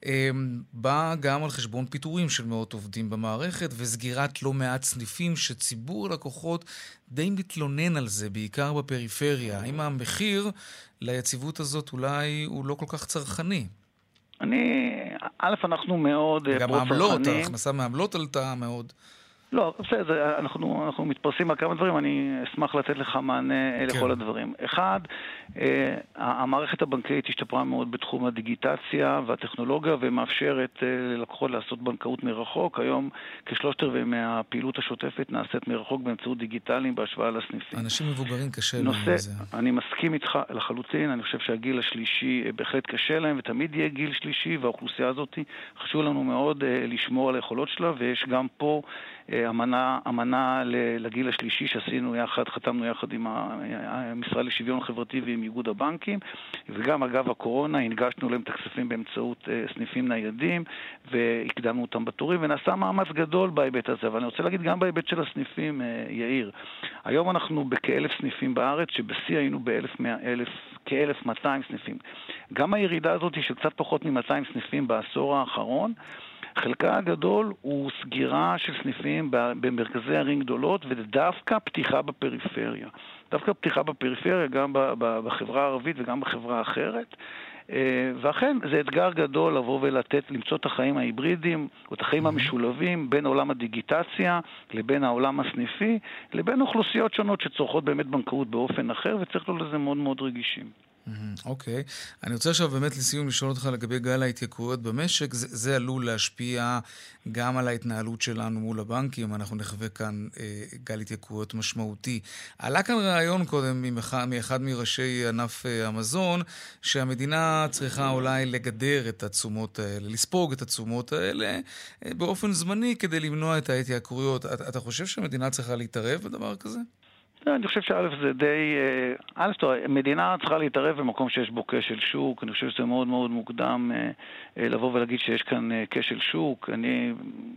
בא גם על חשבון פיטורים של מאות עובדים במערכת, וסגירת לא מעט סניפים שציבור לקוחות די מתלונן על זה, בעיקר בפריפריה. האם המחיר ליציבות הזאת אולי הוא לא כל כך צרכני? אני, א', אנחנו מאוד גם העמלות, ההכנסה מהעמלות עלתה מאוד. לא, בסדר, אנחנו, אנחנו מתפרסים על כמה דברים, אני אשמח לתת לך מענה כן. לכל הדברים. אחד, אה, המערכת הבנקאית השתפרה מאוד בתחום הדיגיטציה והטכנולוגיה, ומאפשרת אה, ללקוחות לעשות בנקאות מרחוק. היום כשלושת רבעי מהפעילות השוטפת נעשית מרחוק באמצעות דיגיטליים בהשוואה לסניפים. אנשים מבוגרים קשה להם זה. אני מסכים איתך לחלוטין, אני חושב שהגיל השלישי בהחלט קשה להם, ותמיד יהיה גיל שלישי, והאוכלוסייה הזאת חשוב לנו מאוד אה, לשמור על היכולות שלה, ויש גם פה אמנה, אמנה לגיל השלישי שעשינו יחד, חתמנו יחד עם המשרד לשוויון חברתי ועם איגוד הבנקים, וגם אגב הקורונה הנגשנו להם את הכספים באמצעות סניפים ניידים, והקדמנו אותם בתורים, ונעשה מאמץ גדול בהיבט הזה. אבל אני רוצה להגיד גם בהיבט של הסניפים, יאיר. היום אנחנו בכאלף סניפים בארץ, שבשיא היינו בכ-אלף ומאתיים סניפים. גם הירידה הזאת של קצת פחות מ-מאתיים סניפים בעשור האחרון, חלקה הגדול הוא סגירה של סניפים במרכזי ערים גדולות, ודווקא פתיחה בפריפריה. דווקא פתיחה בפריפריה גם בחברה הערבית וגם בחברה האחרת. ואכן זה אתגר גדול לבוא ולתת, למצוא את החיים ההיברידיים או את החיים המשולבים בין עולם הדיגיטציה לבין העולם הסניפי, לבין אוכלוסיות שונות שצורכות באמת בנקאות באופן אחר, וצריך לו לזה מאוד מאוד רגישים. אוקיי. אני רוצה עכשיו באמת לסיום לשאול אותך לגבי גל ההתייקרויות במשק. זה, זה עלול להשפיע גם על ההתנהלות שלנו מול הבנקים. אנחנו נחווה כאן אה, גל התייקרויות משמעותי. עלה כאן רעיון קודם מאחד, מאחד מראשי ענף אה, המזון, שהמדינה צריכה אולי לגדר את התשומות האלה, לספוג את התשומות האלה אה, באופן זמני כדי למנוע את ההתייקרויות. אתה, אתה חושב שהמדינה צריכה להתערב בדבר כזה? אני חושב שא' זה די, א', המדינה צריכה להתערב במקום שיש בו כשל שוק. אני חושב שזה מאוד מאוד מוקדם לבוא ולהגיד שיש כאן כשל שוק. אני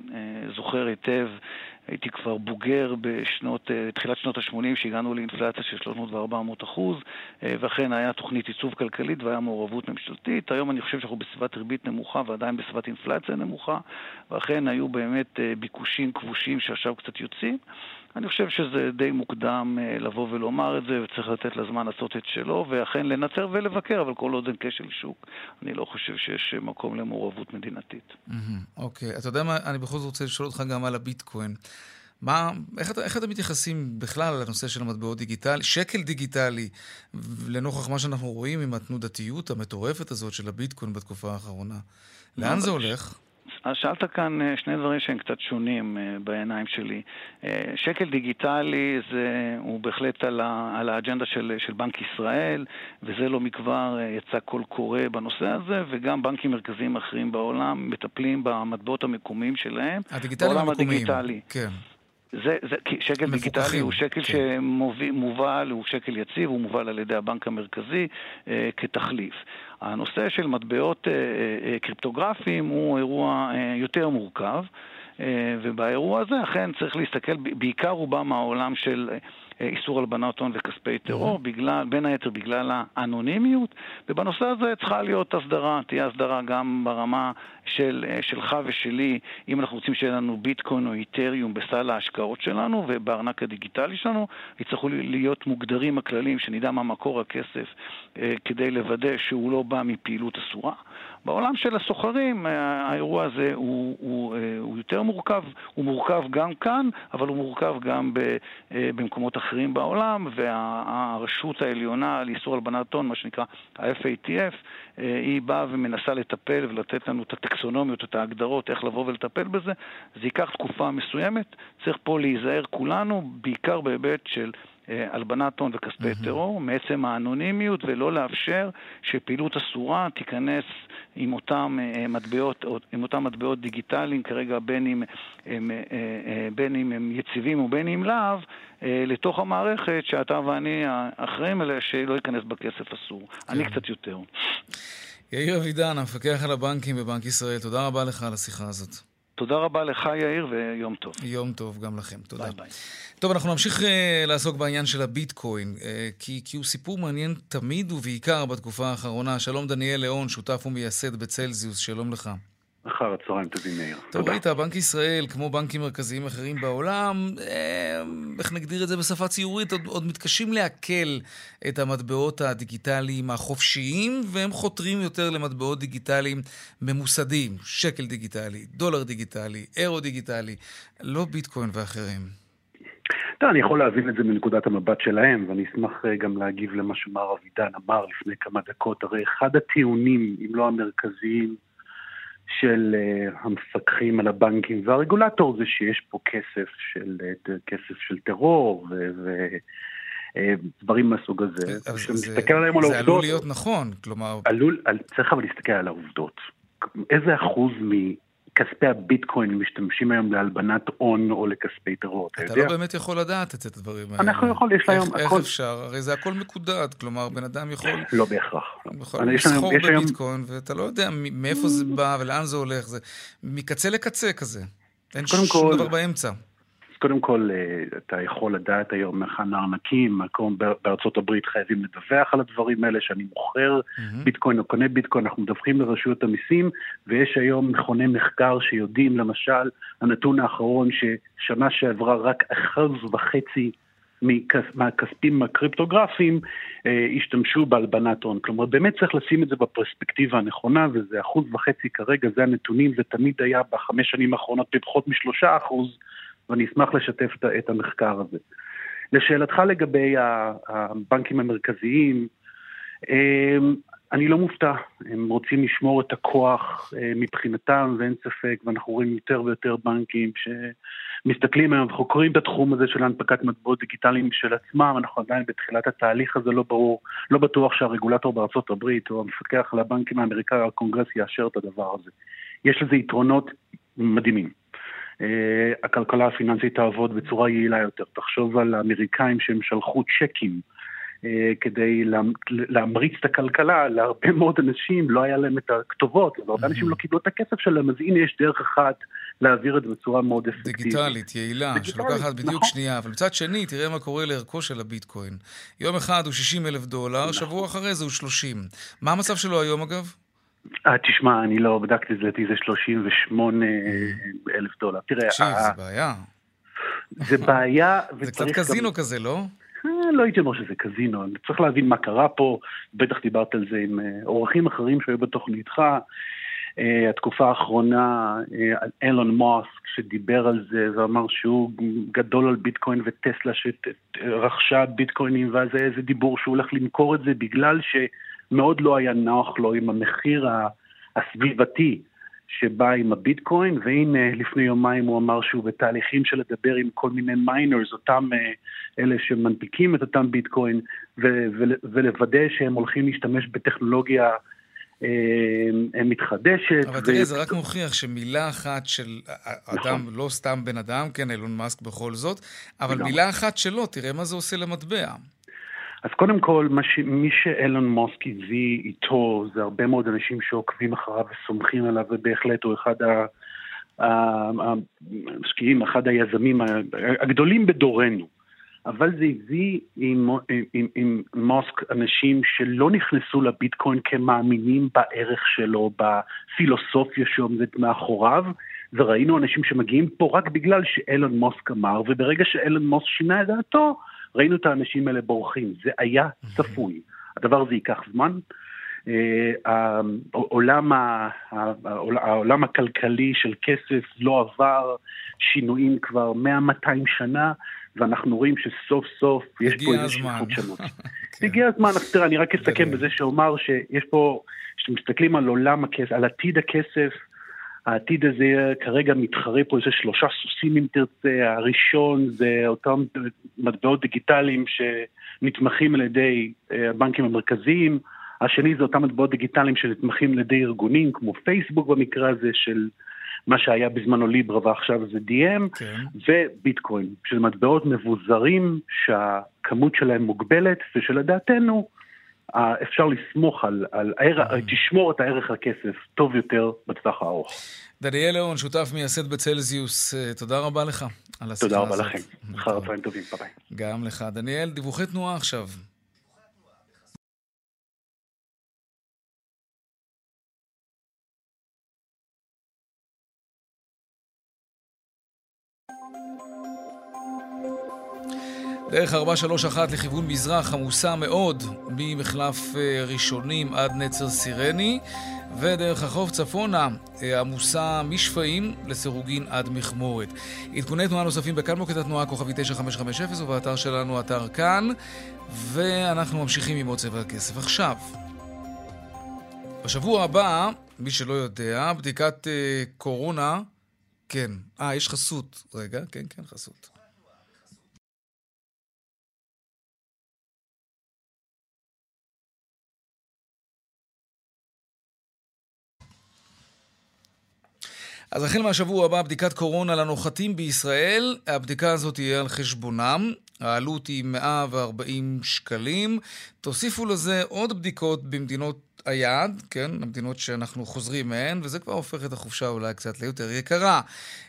זוכר היטב, הייתי כבר בוגר בשנות, תחילת שנות ה-שמונים, שהגענו לאינפלציה של שלוש מאות וארבע מאות אחוז, ואכן היה תוכנית עיצוב כלכלית והיה מעורבות ממשלתית. היום אני חושב שאנחנו בסביבת ריבית נמוכה ועדיין בסביבת אינפלציה נמוכה, ואכן היו באמת ביקושים כבושים שעכשיו קצת יוצאים. אני חושב שזה די מוקדם לבוא ולומר את זה, וצריך לתת לזמן לעשות את שלו, ואכן לנצר ולבקר, אבל כל עוד אין כשל שוק, אני לא חושב שיש מקום למעורבות מדינתית. אוקיי, אתה יודע מה, אני בכל זאת רוצה לשאול אותך גם על הביטקוין. מה, איך, איך אתם מתייחסים בכלל לנושא של המטבעות דיגיטלי, שקל דיגיטלי, לנוכח מה שאנחנו רואים עם התנודתיות המטורפת הזאת של הביטקוין בתקופה האחרונה? לאן זה הולך? אז שאלת כאן שני דברים שהם קצת שונים בעיניים שלי. שקל דיגיטלי זה, הוא בהחלט על, ה, על האג'נדה של, של בנק ישראל, וזה לא מכבר יצא קול קורא בנושא הזה, וגם בנקים מרכזיים אחרים בעולם מטפלים במטבעות המקומיים שלהם. הדיגיטליים המקומיים, הדיגיטלי. כן. זה, זה, שקל מפוקחים, דיגיטלי הוא שקל כן. שמובל, הוא שקל יציב, הוא מובל על ידי הבנק המרכזי אה, כתחליף. הנושא של מטבעות אה, אה, קריפטוגרפיים הוא אירוע אה, יותר מורכב, אה, ובאירוע הזה אכן צריך להסתכל, בעיקר הוא בא מהעולם של איסור הלבנת הון וכספי טרור, בגלל, בין היתר בגלל האנונימיות, ובנושא הזה צריכה להיות הסדרה, תהיה הסדרה גם ברמה של, שלך ושלי, אם אנחנו רוצים שיהיה לנו ביטקוין או איתריום בסל ההשקעות שלנו ובארנק הדיגיטלי שלנו, יצטרכו להיות מוגדרים הכללים, שנדע מה מקור הכסף, כדי לוודא שהוא לא בא מפעילות אסורה. בעולם של הסוחרים, האירוע הזה הוא, הוא, הוא יותר מורכב, הוא מורכב גם כאן, אבל הוא מורכב גם במקומות אחרים בעולם, והרשות העליונה לאיסור הלבנת הון, מה שנקרא ה-אף איי טי אף, היא באה ומנסה לטפל ולתת לנו את הטקסונומיות, את ההגדרות, איך לבוא ולטפל בזה. זה ייקח תקופה מסוימת, צריך פה להיזהר כולנו, בעיקר בהיבט של הלבנת הון וכספי טרור, מעצם האנונימיות, ולא לאפשר שפעילות אסורה תיכנס עם אותם מטבעות, עם אותם מטבעות דיגיטליים, כרגע בין אם הם, בין אם הם יציבים או בין אם לאו, לתוך המערכת שאתה ואני אחראים עליה, שלא ייכנס בכסף אסור. אני קצת יותר. יאיר אבידן, המפקח על הבנקים בבנק ישראל, תודה רבה לך על השיחה הזאת. תודה רבה לך יאיר ויום טוב. יום טוב גם לכם, תודה. ביי ביי. טוב, אנחנו נמשיך uh, לעסוק בעניין של הביטקוין, uh, כי, כי הוא סיפור מעניין תמיד ובעיקר בתקופה האחרונה. שלום דניאל ליאון, שותף ומייסד בצלזיוס, שלום לך. אחר הצהריים טובים מאיר. טוב, ראית, בנק ישראל, כמו בנקים מרכזיים אחרים בעולם, אה, איך נגדיר את זה בשפה ציורית, עוד, עוד מתקשים להקל את המטבעות הדיגיטליים החופשיים, והם חותרים יותר למטבעות דיגיטליים ממוסדים, שקל דיגיטלי, דולר דיגיטלי, אירו דיגיטלי, לא ביטקוין ואחרים. טוב, אני יכול להבין את זה מנקודת המבט שלהם, ואני אשמח גם להגיב למה שמר אבידן אמר לפני כמה דקות. הרי אחד הטיעונים, אם לא המרכזיים, של uh, המפקחים על הבנקים והרגולטור זה שיש פה כסף של, uh, כסף של טרור ודברים uh, מהסוג הזה. זה, זה, זה עלול להיות נכון, כלומר... עלול, על, צריך אבל להסתכל על העובדות. איזה אחוז מכספי הביטקוין משתמשים היום להלבנת הון או לכספי טרור? אתה, אתה לא באמת יכול לדעת את הדברים האלה. אנחנו יכול, יש היום איך, הכל... איך אפשר? הרי זה הכל מקודד, כלומר, בן אדם יכול... לא בהכרח. יכול לסחור בביטקוין, ואתה לא יודע מאיפה זה בא ולאן זה הולך. זה מקצה לקצה כזה. אין שום דבר באמצע. קודם כל, אתה יכול לדעת היום מכאן הארנקים, מקום בארצות הברית חייבים לדווח על הדברים האלה, שאני מוכר ביטקוין או קונה ביטקוין, אנחנו מדווחים לרשויות המיסים, ויש היום מכוני מחקר שיודעים, למשל, הנתון האחרון ששנה שעברה רק אחוז וחצי מהכספים הקריפטוגרפיים השתמשו בהלבנת הון. כלומר, באמת צריך לשים את זה בפרספקטיבה הנכונה, וזה אחוז וחצי כרגע, זה הנתונים, זה תמיד היה בחמש שנים האחרונות בפחות משלושה אחוז, ואני אשמח לשתף את המחקר הזה. לשאלתך לגבי הבנקים המרכזיים, אני לא מופתע, הם רוצים לשמור את הכוח מבחינתם, ואין ספק, ואנחנו רואים יותר ויותר בנקים שמסתכלים היום וחוקרים את התחום הזה של הנפקת מטבעות דיגיטליים של עצמם, אנחנו עדיין בתחילת התהליך הזה, לא ברור, לא בטוח שהרגולטור בארצות הברית או המפקח על הבנקים האמריקאי או הקונגרס יאשר את הדבר הזה. יש לזה יתרונות מדהימים. Uh, הכלכלה הפיננסית תעבוד בצורה יעילה יותר. תחשוב על האמריקאים שהם שלחו צ'קים uh, כדי לה, להמריץ את הכלכלה, להרבה מאוד אנשים לא היה להם את הכתובות, והרבה mm-hmm. אנשים לא קיבלו את הכסף שלהם, אז הנה יש דרך אחת להעביר את זה בצורה מאוד אפקטיבית. דיגיטלית, יעילה, דיגיטלית, שלוקחת בדיוק נכון. שנייה, אבל מצד שני, תראה מה קורה לערכו של הביטקוין. יום אחד הוא שישים אלף דולר, נכון. שבוע אחרי זה הוא שלושים. מה המצב שלו היום אגב? אה, תשמע, אני לא בדקתי את זה, זה שלושים ושמונה אלף דולר. תראה, תקשיב, זה בעיה. זה בעיה, זה קצת קזינו כזה, לא? לא הייתי אומר שזה קזינו, צריך להבין מה קרה פה, בטח דיברת על זה עם אורחים אחרים שהיו בתוכניתך, התקופה האחרונה, אילון מאסק שדיבר על זה, ואמר שהוא גדול על ביטקוין וטסלה שרכשה ביטקוינים, ואז איזה דיבור שהוא הולך למכור את זה, בגלל ש... מאוד לא היה נוח לו עם המחיר הסביבתי שבא עם הביטקוין, והנה לפני יומיים הוא אמר שהוא בתהליכים של לדבר עם כל מיני מיינרס, אותם אלה שמנפיקים את אותם ביטקוין, ולוודא שהם הולכים להשתמש בטכנולוגיה מתחדשת. אבל תראה, זה רק מוכיח שמילה אחת של אדם, לא סתם בן אדם, כן, אילון מאסק בכל זאת, אבל מילה אחת שלו, תראה מה זה עושה למטבע. אז קודם כל, מי שאילון מאסק הביא איתו, זה הרבה מאוד אנשים שעוקבים אחריו וסומכים עליו, ובהחלט הוא אחד המשקיעים, אחד היזמים הגדולים בדורנו. אבל זה הביא עם, עם, עם מאסק אנשים שלא נכנסו לביטקוין כמאמינים בערך שלו, בפילוסופיה שעומדת מאחוריו, וראינו אנשים שמגיעים פה רק בגלל שאילון מאסק אמר, וברגע שאילון מאסק שינה את דעתו, ראינו את האנשים האלה בורחים. זה היה צפוי. הדבר הזה ייקח זמן. העולם, העולם הכלכלי של כסף לא עבר שינויים כבר מאה מאתיים שנה, ואנחנו רואים שסוף סוף יש פה איזו שליחות שונות. הגיע הזמן, תראה, אני רק אסתכם בזה שאומר שיש פה, כשמסתכלים על עולם הכסף, על עתיד הכסף, העתיד הזה כרגע מתחרה פה איזה שלושה סוסים אם תרצה, הראשון זה אותם מטבעות דיגיטליים שנתמכים על ידי הבנקים המרכזיים, השני זה אותם מטבעות דיגיטליים שנתמכים על ידי ארגונים כמו פייסבוק במקרה הזה של מה שהיה בזמנו ליברה ועכשיו זה די אם, כן. וביטקוין, של מטבעות מבוזרים שהכמות שלהם מוגבלת ושלדעתנו אפשר לסמוך על, על הערך, תשמור את הערך הכסף טוב יותר בטווח הארוך. דניאל ליאון, שותף מייסד בצלזיוס, תודה רבה לך על השיחה הזאת. תודה רבה לכם. אחר הצהריים טובים, ביי ביי. גם לך. דניאל, דיווחי תנועה עכשיו. דרך ארבע שלוש אחת לכיוון מזרח עמוסה מאוד ממחלף ראשונים עד נצר סירני, ודרך החוף צפונה עמוסה משפעים לסירוגין עד מחמורת. עדכוני תנועה נוספים בכאן מוקד התנועה כוכבי תשע חמש חמש אפס ובאתר שלנו אתר כאן, ואנחנו ממשיכים עם עוד צבע הכסף. עכשיו, בשבוע הבא, מי שלא יודע, בדיקת uh, קורונה, כן, אה, יש חסות, רגע, כן, כן, חסות. אז החל מהשבוע הבא בדיקת קורונה לנוחתים בישראל, הבדיקה הזאת תהיה על חשבונם, העלות היא מאה וארבעים שקלים, תוסיפו לזה עוד בדיקות במדינות היעד, כן, המדינות שאנחנו חוזרים מהן, וזה כבר הופך את החופשה אולי קצת ליותר יקרה.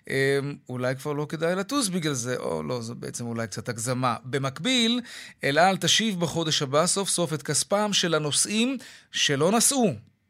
אולי כבר לא כדאי לטוס בגלל זה, או לא, זה בעצם אולי קצת הגזמה. במקביל, אל על תשיב בחודש הבא סוף סוף את כספם של הנוסעים שלא נסעו.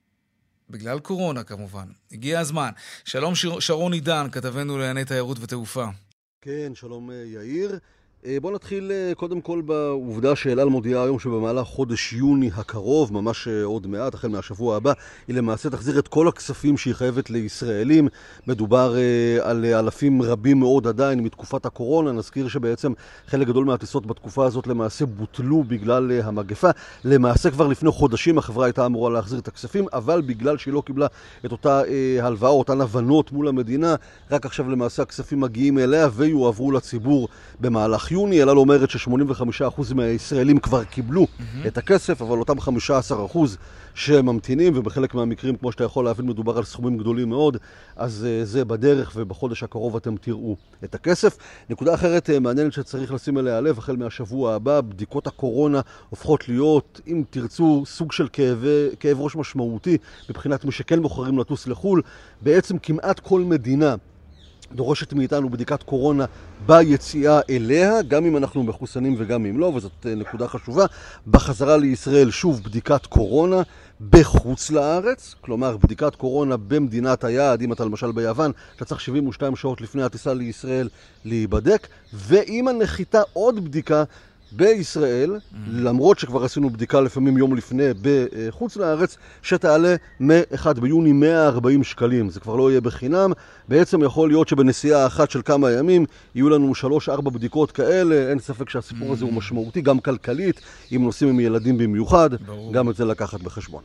בגלל קורונה כמובן. הגיע הזמן. שלום שרון עידן, כתבנו לענייני תיירות ותעופה. כן, שלום יאיר. בוא נתחיל קודם כל בעובדה שאל על מודיעה היום שבמהלך חודש יוני הקרוב, ממש עוד מעט, החל מהשבוע הבא, היא למעשה תחזיר את כל הכספים שהיא חייבת לישראלים. מדובר על אלפים רבים מאוד עדיין מתקופת הקורונה. נזכיר שבעצם חלק גדול מהטיסות בתקופה הזאת למעשה בוטלו בגלל המגפה. למעשה כבר לפני חודשים החברה הייתה אמורה להחזיר את הכספים, אבל בגלל שהיא לא קיבלה את אותה הלוואה, אותן הבנות מול המדינה, רק עכשיו למעשה הכספים מגיעים אליה ויועברו לציבור במהלך יוני. אל על אומרת ש-שמונים וחמישה אחוז מהישראלים כבר קיבלו mm-hmm. את הכסף, אבל אותם חמישה עשר אחוז שממתינים, ובחלק מהמקרים, כמו שאתה יכול להבין, מדובר על סכומים גדולים מאוד, אז uh, זה בדרך, ובחודש הקרוב אתם תראו את הכסף. נקודה אחרת uh, מעניינת שצריך לשים אליה לב, החל מהשבוע הבא, בדיקות הקורונה הופכות להיות, אם תרצו, סוג של כאב, כאב ראש משמעותי, מבחינת מי שכן בוחרים לטוס לחול. בעצם כמעט כל מדינה דורשת מאיתנו בדיקת קורונה ביציאה אליה, גם אם אנחנו מחוסנים וגם אם לא, וזאת נקודה חשובה. בחזרה לישראל שוב בדיקת קורונה בחוץ לארץ, כלומר בדיקת קורונה במדינת היעד, אם אתה למשל ביוון, אתה צריך שבעים ושתיים שעות לפני הטיסה לישראל להיבדק, ועם הנחיתה עוד בדיקה בישראל, mm. למרות שכבר עשינו בדיקה לפעמים יום לפני בחוץ לארץ, שתעלה מ-אחד ביוני מאה וארבעים שקלים. זה כבר לא יהיה בחינם. בעצם יכול להיות שבנסיעה אחת של כמה ימים יהיו לנו שלוש ארבע בדיקות כאלה. אין ספק שהסיפור mm. הזה הוא משמעותי, גם כלכלית, אם נוסעים עם ילדים במיוחד, ברור. גם את זה לקחת בחשבון.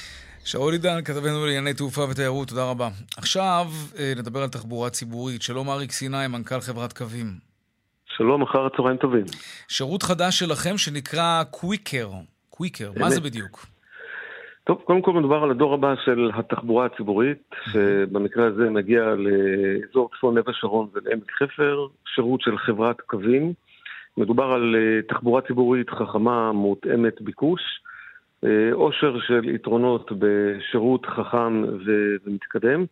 שרון עידן, כתבנו לענייני תעופה ותיירות, תודה רבה. עכשיו נדבר על תחבורה ציבורית. שלום אריק סיני, מנכ"ל חברת קווים. שלום, אחר הצהריים טובים. שירות חדש שלכם שנקרא קוויקר. קוויקר, מה זה בדיוק? טוב, קודם כל מדובר על הדור הבא של התחבורה הציבורית, שבמקרה הזה מגיע לאזור צפון נווה שרון ולעמק חפר, שירות של חברת קווים. מדובר על תחבורה ציבורית חכמה, מותאמת ביקוש, עושר של יתרונות בשירות חכם ומתקדם.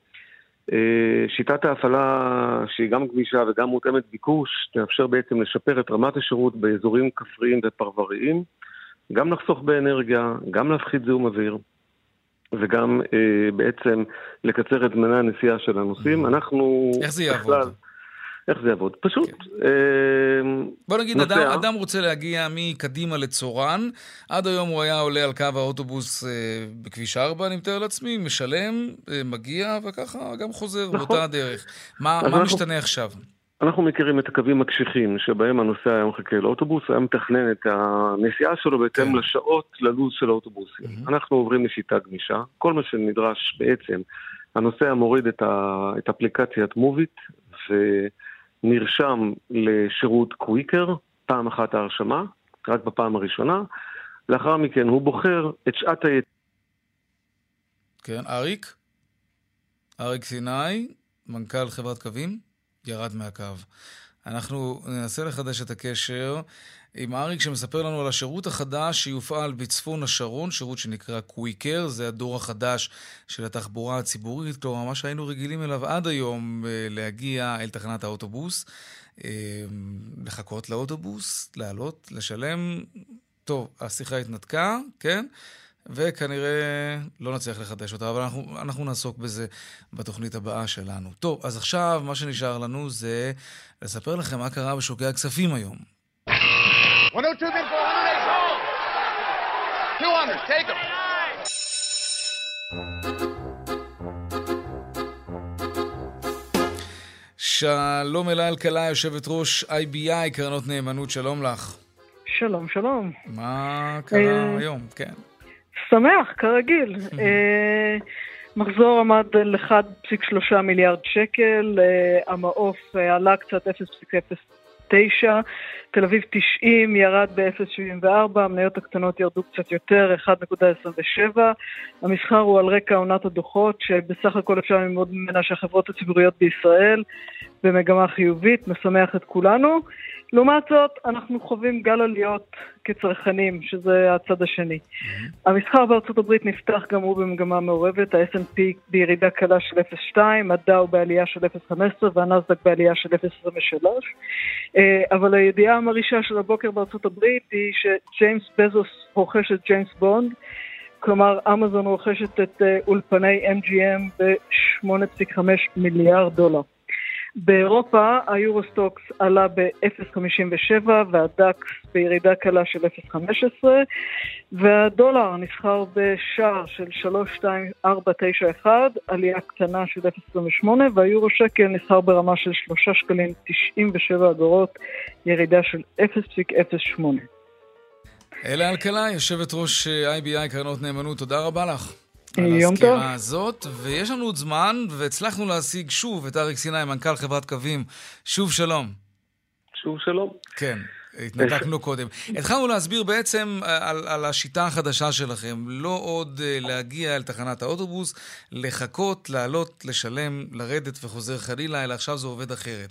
שיטת ההפעלה שהיא גם גמישה וגם מותאמת ביקוש תאפשר בעצם לשפר את רמת השירות באזורים כפריים ופרבריים, גם לחסוך באנרגיה, גם להפחית זיהום אוויר וגם אה, בעצם לקצר את זמני הנסיעה של הנוסעים. אנחנו... איך זה יעבוד? איך זה יעבוד? פשוט. Okay. בוא נגיד, אדם, אדם רוצה להגיע מקדימה לצורן, עד היום הוא היה עולה על קו האוטובוס בכביש ארבע, אני מתאר לעצמי, משלם, מגיע, וככה גם חוזר נכון. באותה הדרך. מה, מה אנחנו, משתנה עכשיו? אנחנו מכירים את הקווים הקשיחים, שבהם הנוסע היה מחכה לאוטובוס, היה מתכנן את הנסיעה שלו בהתאם okay. לשעות ללוז של האוטובוסים. Mm-hmm. אנחנו עוברים לשיטה גמישה, כל מה שנדרש בעצם, הנוסע מוריד את, ה, את אפליקציית מוביט, ו... נרשם לשירות קוויקר, פעם אחת ההרשמה, רק בפעם הראשונה. לאחר מכן הוא בוחר את שעת היציאה. כן, אריק? אריק סיני, מנכ"ל חברת קווים, ירד מהקו. אנחנו ננסה לחדש את הקשר עם אריק שמספר לנו על השירות החדש שיופעל בצפון השרון, שירות שנקרא קוויקר, זה הדור החדש של התחבורה הציבורית, כלומר מה שהיינו רגילים אליו עד היום, להגיע אל תחנת האוטובוס, לחכות לאוטובוס, לעלות, לשלם. טוב, השיחה התנתקה, כן? וכנראה לא נצליח לחדש אותה, אבל אנחנו, אנחנו נעסוק בזה בתוכנית הבאה שלנו. טוב, אז עכשיו מה שנשאר לנו זה לספר לכם מה קרה בשוקי הכספים היום. one oh two, four hundred, home. two hundred, take them. שלום אלה אלקלעי, יושבת ראש איי בי איי, קרנות נאמנות, שלום לך. שלום, שלום. מה קרה היום? כן. שמח, כרגיל. מחזור עמד על אחד נקודה שלוש מיליארד שקל, המעוף עלה קצת אפס נקודה אפס תשע, תל אביב תשעים ירד ב-אפס נקודה שבעים וארבע, המניות הקטנות ירדו קצת יותר, אחד נקודה עשרים ושבע. המסחר הוא על רקע עונת הדוחות, שבסך הכל אפשר ללמוד ממנה שהחברות הציבוריות בישראל במגמה חיובית, משמח את כולנו. לעומת זאת, אנחנו חווים גל עליות כצרכנים, שזה הצד השני. המסחר בארצות הברית נפתח גם הוא במגמה מעורבת, ה-אס אנד פי בירידה קלה של אפס נקודה שתיים, הדאו בעלייה של אפס נקודה חמש עשרה והנאסד"ק בעלייה של אפס נקודה עשרים ושלוש. אבל הידיעה המרישה של הבוקר בארצות הברית היא שג'יימס בזוס רוכש את ג'יימס בונד, כלומר אמזון רוכשת את אולפני אם ג'י אם ב-שמונה נקודה חמש מיליארד דולר. באירופה היורוסטוקס עלה ב-אפס נקודה חמישים ושבע והדקס בירידה קלה של אפס נקודה חמש עשרה והדולר נסחר בשער של שלוש נקודה שתיים ארבע תשע אחת, עלייה קטנה של אפס נקודה עשרים ושמונה, והיורו שקל נסחר ברמה של שלושה שקלים תשעים ושבע אגורות, ירידה של אפס נקודה אפס שמונה. אלה אלקלעי, יושבת ראש איי בי איי קרנות נאמנות, תודה רבה לך. יום טוב. על הסקירה הזאת, ויש לנו עוד זמן, והצלחנו להשיג שוב את אריק סיני, מנכ"ל חברת קווים. שוב שלום. שוב שלום. כן, התנתקנו קודם. התחלנו להסביר בעצם על, על השיטה החדשה שלכם, לא עוד להגיע אל תחנת האוטובוס, לחכות, לעלות, לשלם, לרדת וחוזר חלילה, אלא עכשיו זה עובד אחרת.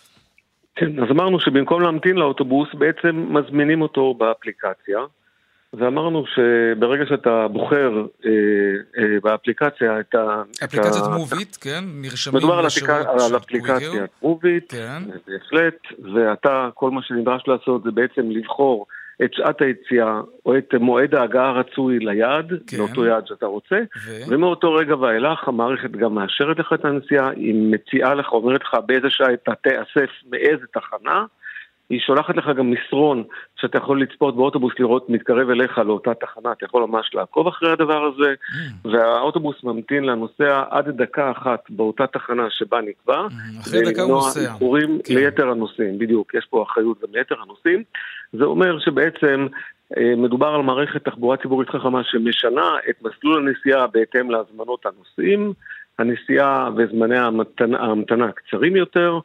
כן, אז אמרנו שבמקום להמתין לאוטובוס, בעצם מזמינים אותו באפליקציה, ואמרנו שברגע שאתה בוחר אה, אה, באפליקציה את ה... אפליקציית מובית, כן? נרשמים מדובר על, אפליקציה, על אפליקציית מובית, כן. בהחלט, ואתה, כל מה שנדרש לעשות זה בעצם לבחור את שעת היציאה או את מועד ההגעה הרצוי ליעד, כן. לאותו יעד שאתה רוצה, ו... ומאותו רגע ואילך המערכת גם מאשרת לך את הנסיעה, היא מציעה לך, אומרת לך באיזה שעה אתה תאסף מאיזה תחנה, היא שולחת לך גם מסרון שאתה יכול לצפות באוטובוס לראות מתקרב אליך לאותה תחנה, אתה יכול ממש לעקוב אחרי הדבר הזה, mm. והאוטובוס ממתין לנוסע עד דקה אחת באותה תחנה שבה נקבע, mm. אחרי דקה הוא נוסע. איחורים כן. ליתר הנוסעים, בדיוק, יש פה אחריות גם ליתר הנוסעים, זה אומר שבעצם מדובר על מערכת תחבורה ציבורית חכמה שמשנה את מסלול הנסיעה בהתאם להזמנות הנוסעים, הנסיעה וזמני ההמתנה, ההמתנה קצרים יותר,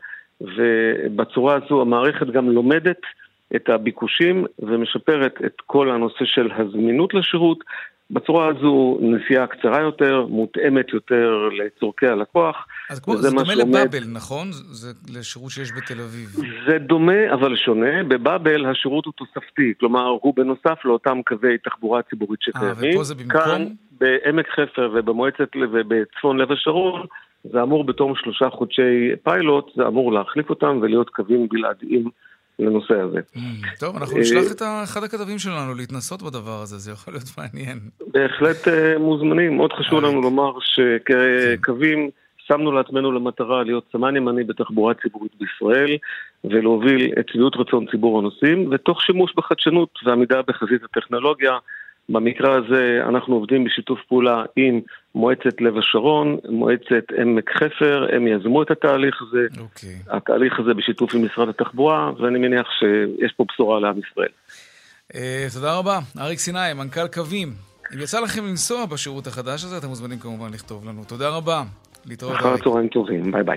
ובצורה הזו המערכת גם לומדת את הביקושים ומשפרת את כל הנושא של הזמינות לשירות. בצורה הזו נסיעה קצרה יותר, מותאמת יותר לצורכי הלקוח. אז כמו, זה דומה שלומד... לבאבל, נכון? זה לשירות שיש בתל אביב. זה דומה אבל שונה. בבאבל השירות הוא תוספתי, כלומר הוא בנוסף לאותם קווי תחבורה ציבורית שקיימים. ופה זה במקום? כאן בעמק חפר ובמועצת ובצפון לב השרון, זה אמור בתום שלושה חודשי פיילוט, זה אמור להחליף אותם ולהיות קווים בלעדיים לנושא הזה. טוב, אנחנו נשלח את אחד הכתבים שלנו להתנסות בדבר הזה, זה יכול להיות מעניין. בהחלט מוזמנים, מאוד חשוב לנו לומר שכקווים שמנו לעצמנו למטרה להיות סמן ימני בתחבורה ציבורית בישראל, ולהוביל את שביעות רצון ציבור הנוסעים, ותוך שימוש בחדשנות ועמידה בחזית הטכנולוגיה. במקרה הזה אנחנו עובדים בשיתוף פעולה עם מועצת לב השרון, מועצת עמק חפר, הם יזמו את התהליך הזה, okay. התהליך הזה בשיתוף עם משרד התחבורה, ואני מניח שיש פה בשורה לעם ישראל. Uh, תודה רבה. אריק סיני, מנכ"ל קווים. אם יצא לכם לנסוע בשירות החדש הזה, אתם מוזמנים כמובן לכתוב לנו. תודה רבה. להתראות אריק. אחר צהריים טובים, ביי ביי.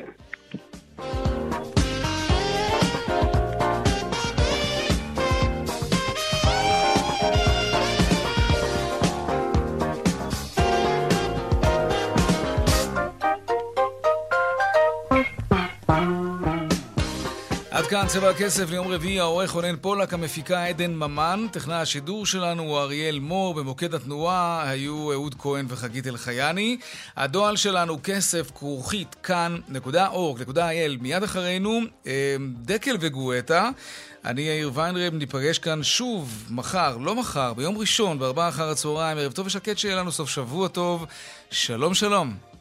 כאן צבע הכסף ליום רביעי, העורך רונן פולק, המפיקה עדן ממן, טכנאי השידור שלנו הוא אריאל מור, במוקד התנועה היו אהוד כהן וחגית אלחייני. הדואל שלנו כסף כרוכית כאן נקודה אורג נקודה איי אל. מיד אחרינו דקל וגואטה. אני יאיר ויינרב, ניפגש כאן שוב מחר, לא מחר, ביום ראשון בארבעה אחר הצהריים. ערב טוב ושקט, שיהיה לנו סוף שבוע טוב. שלום שלום.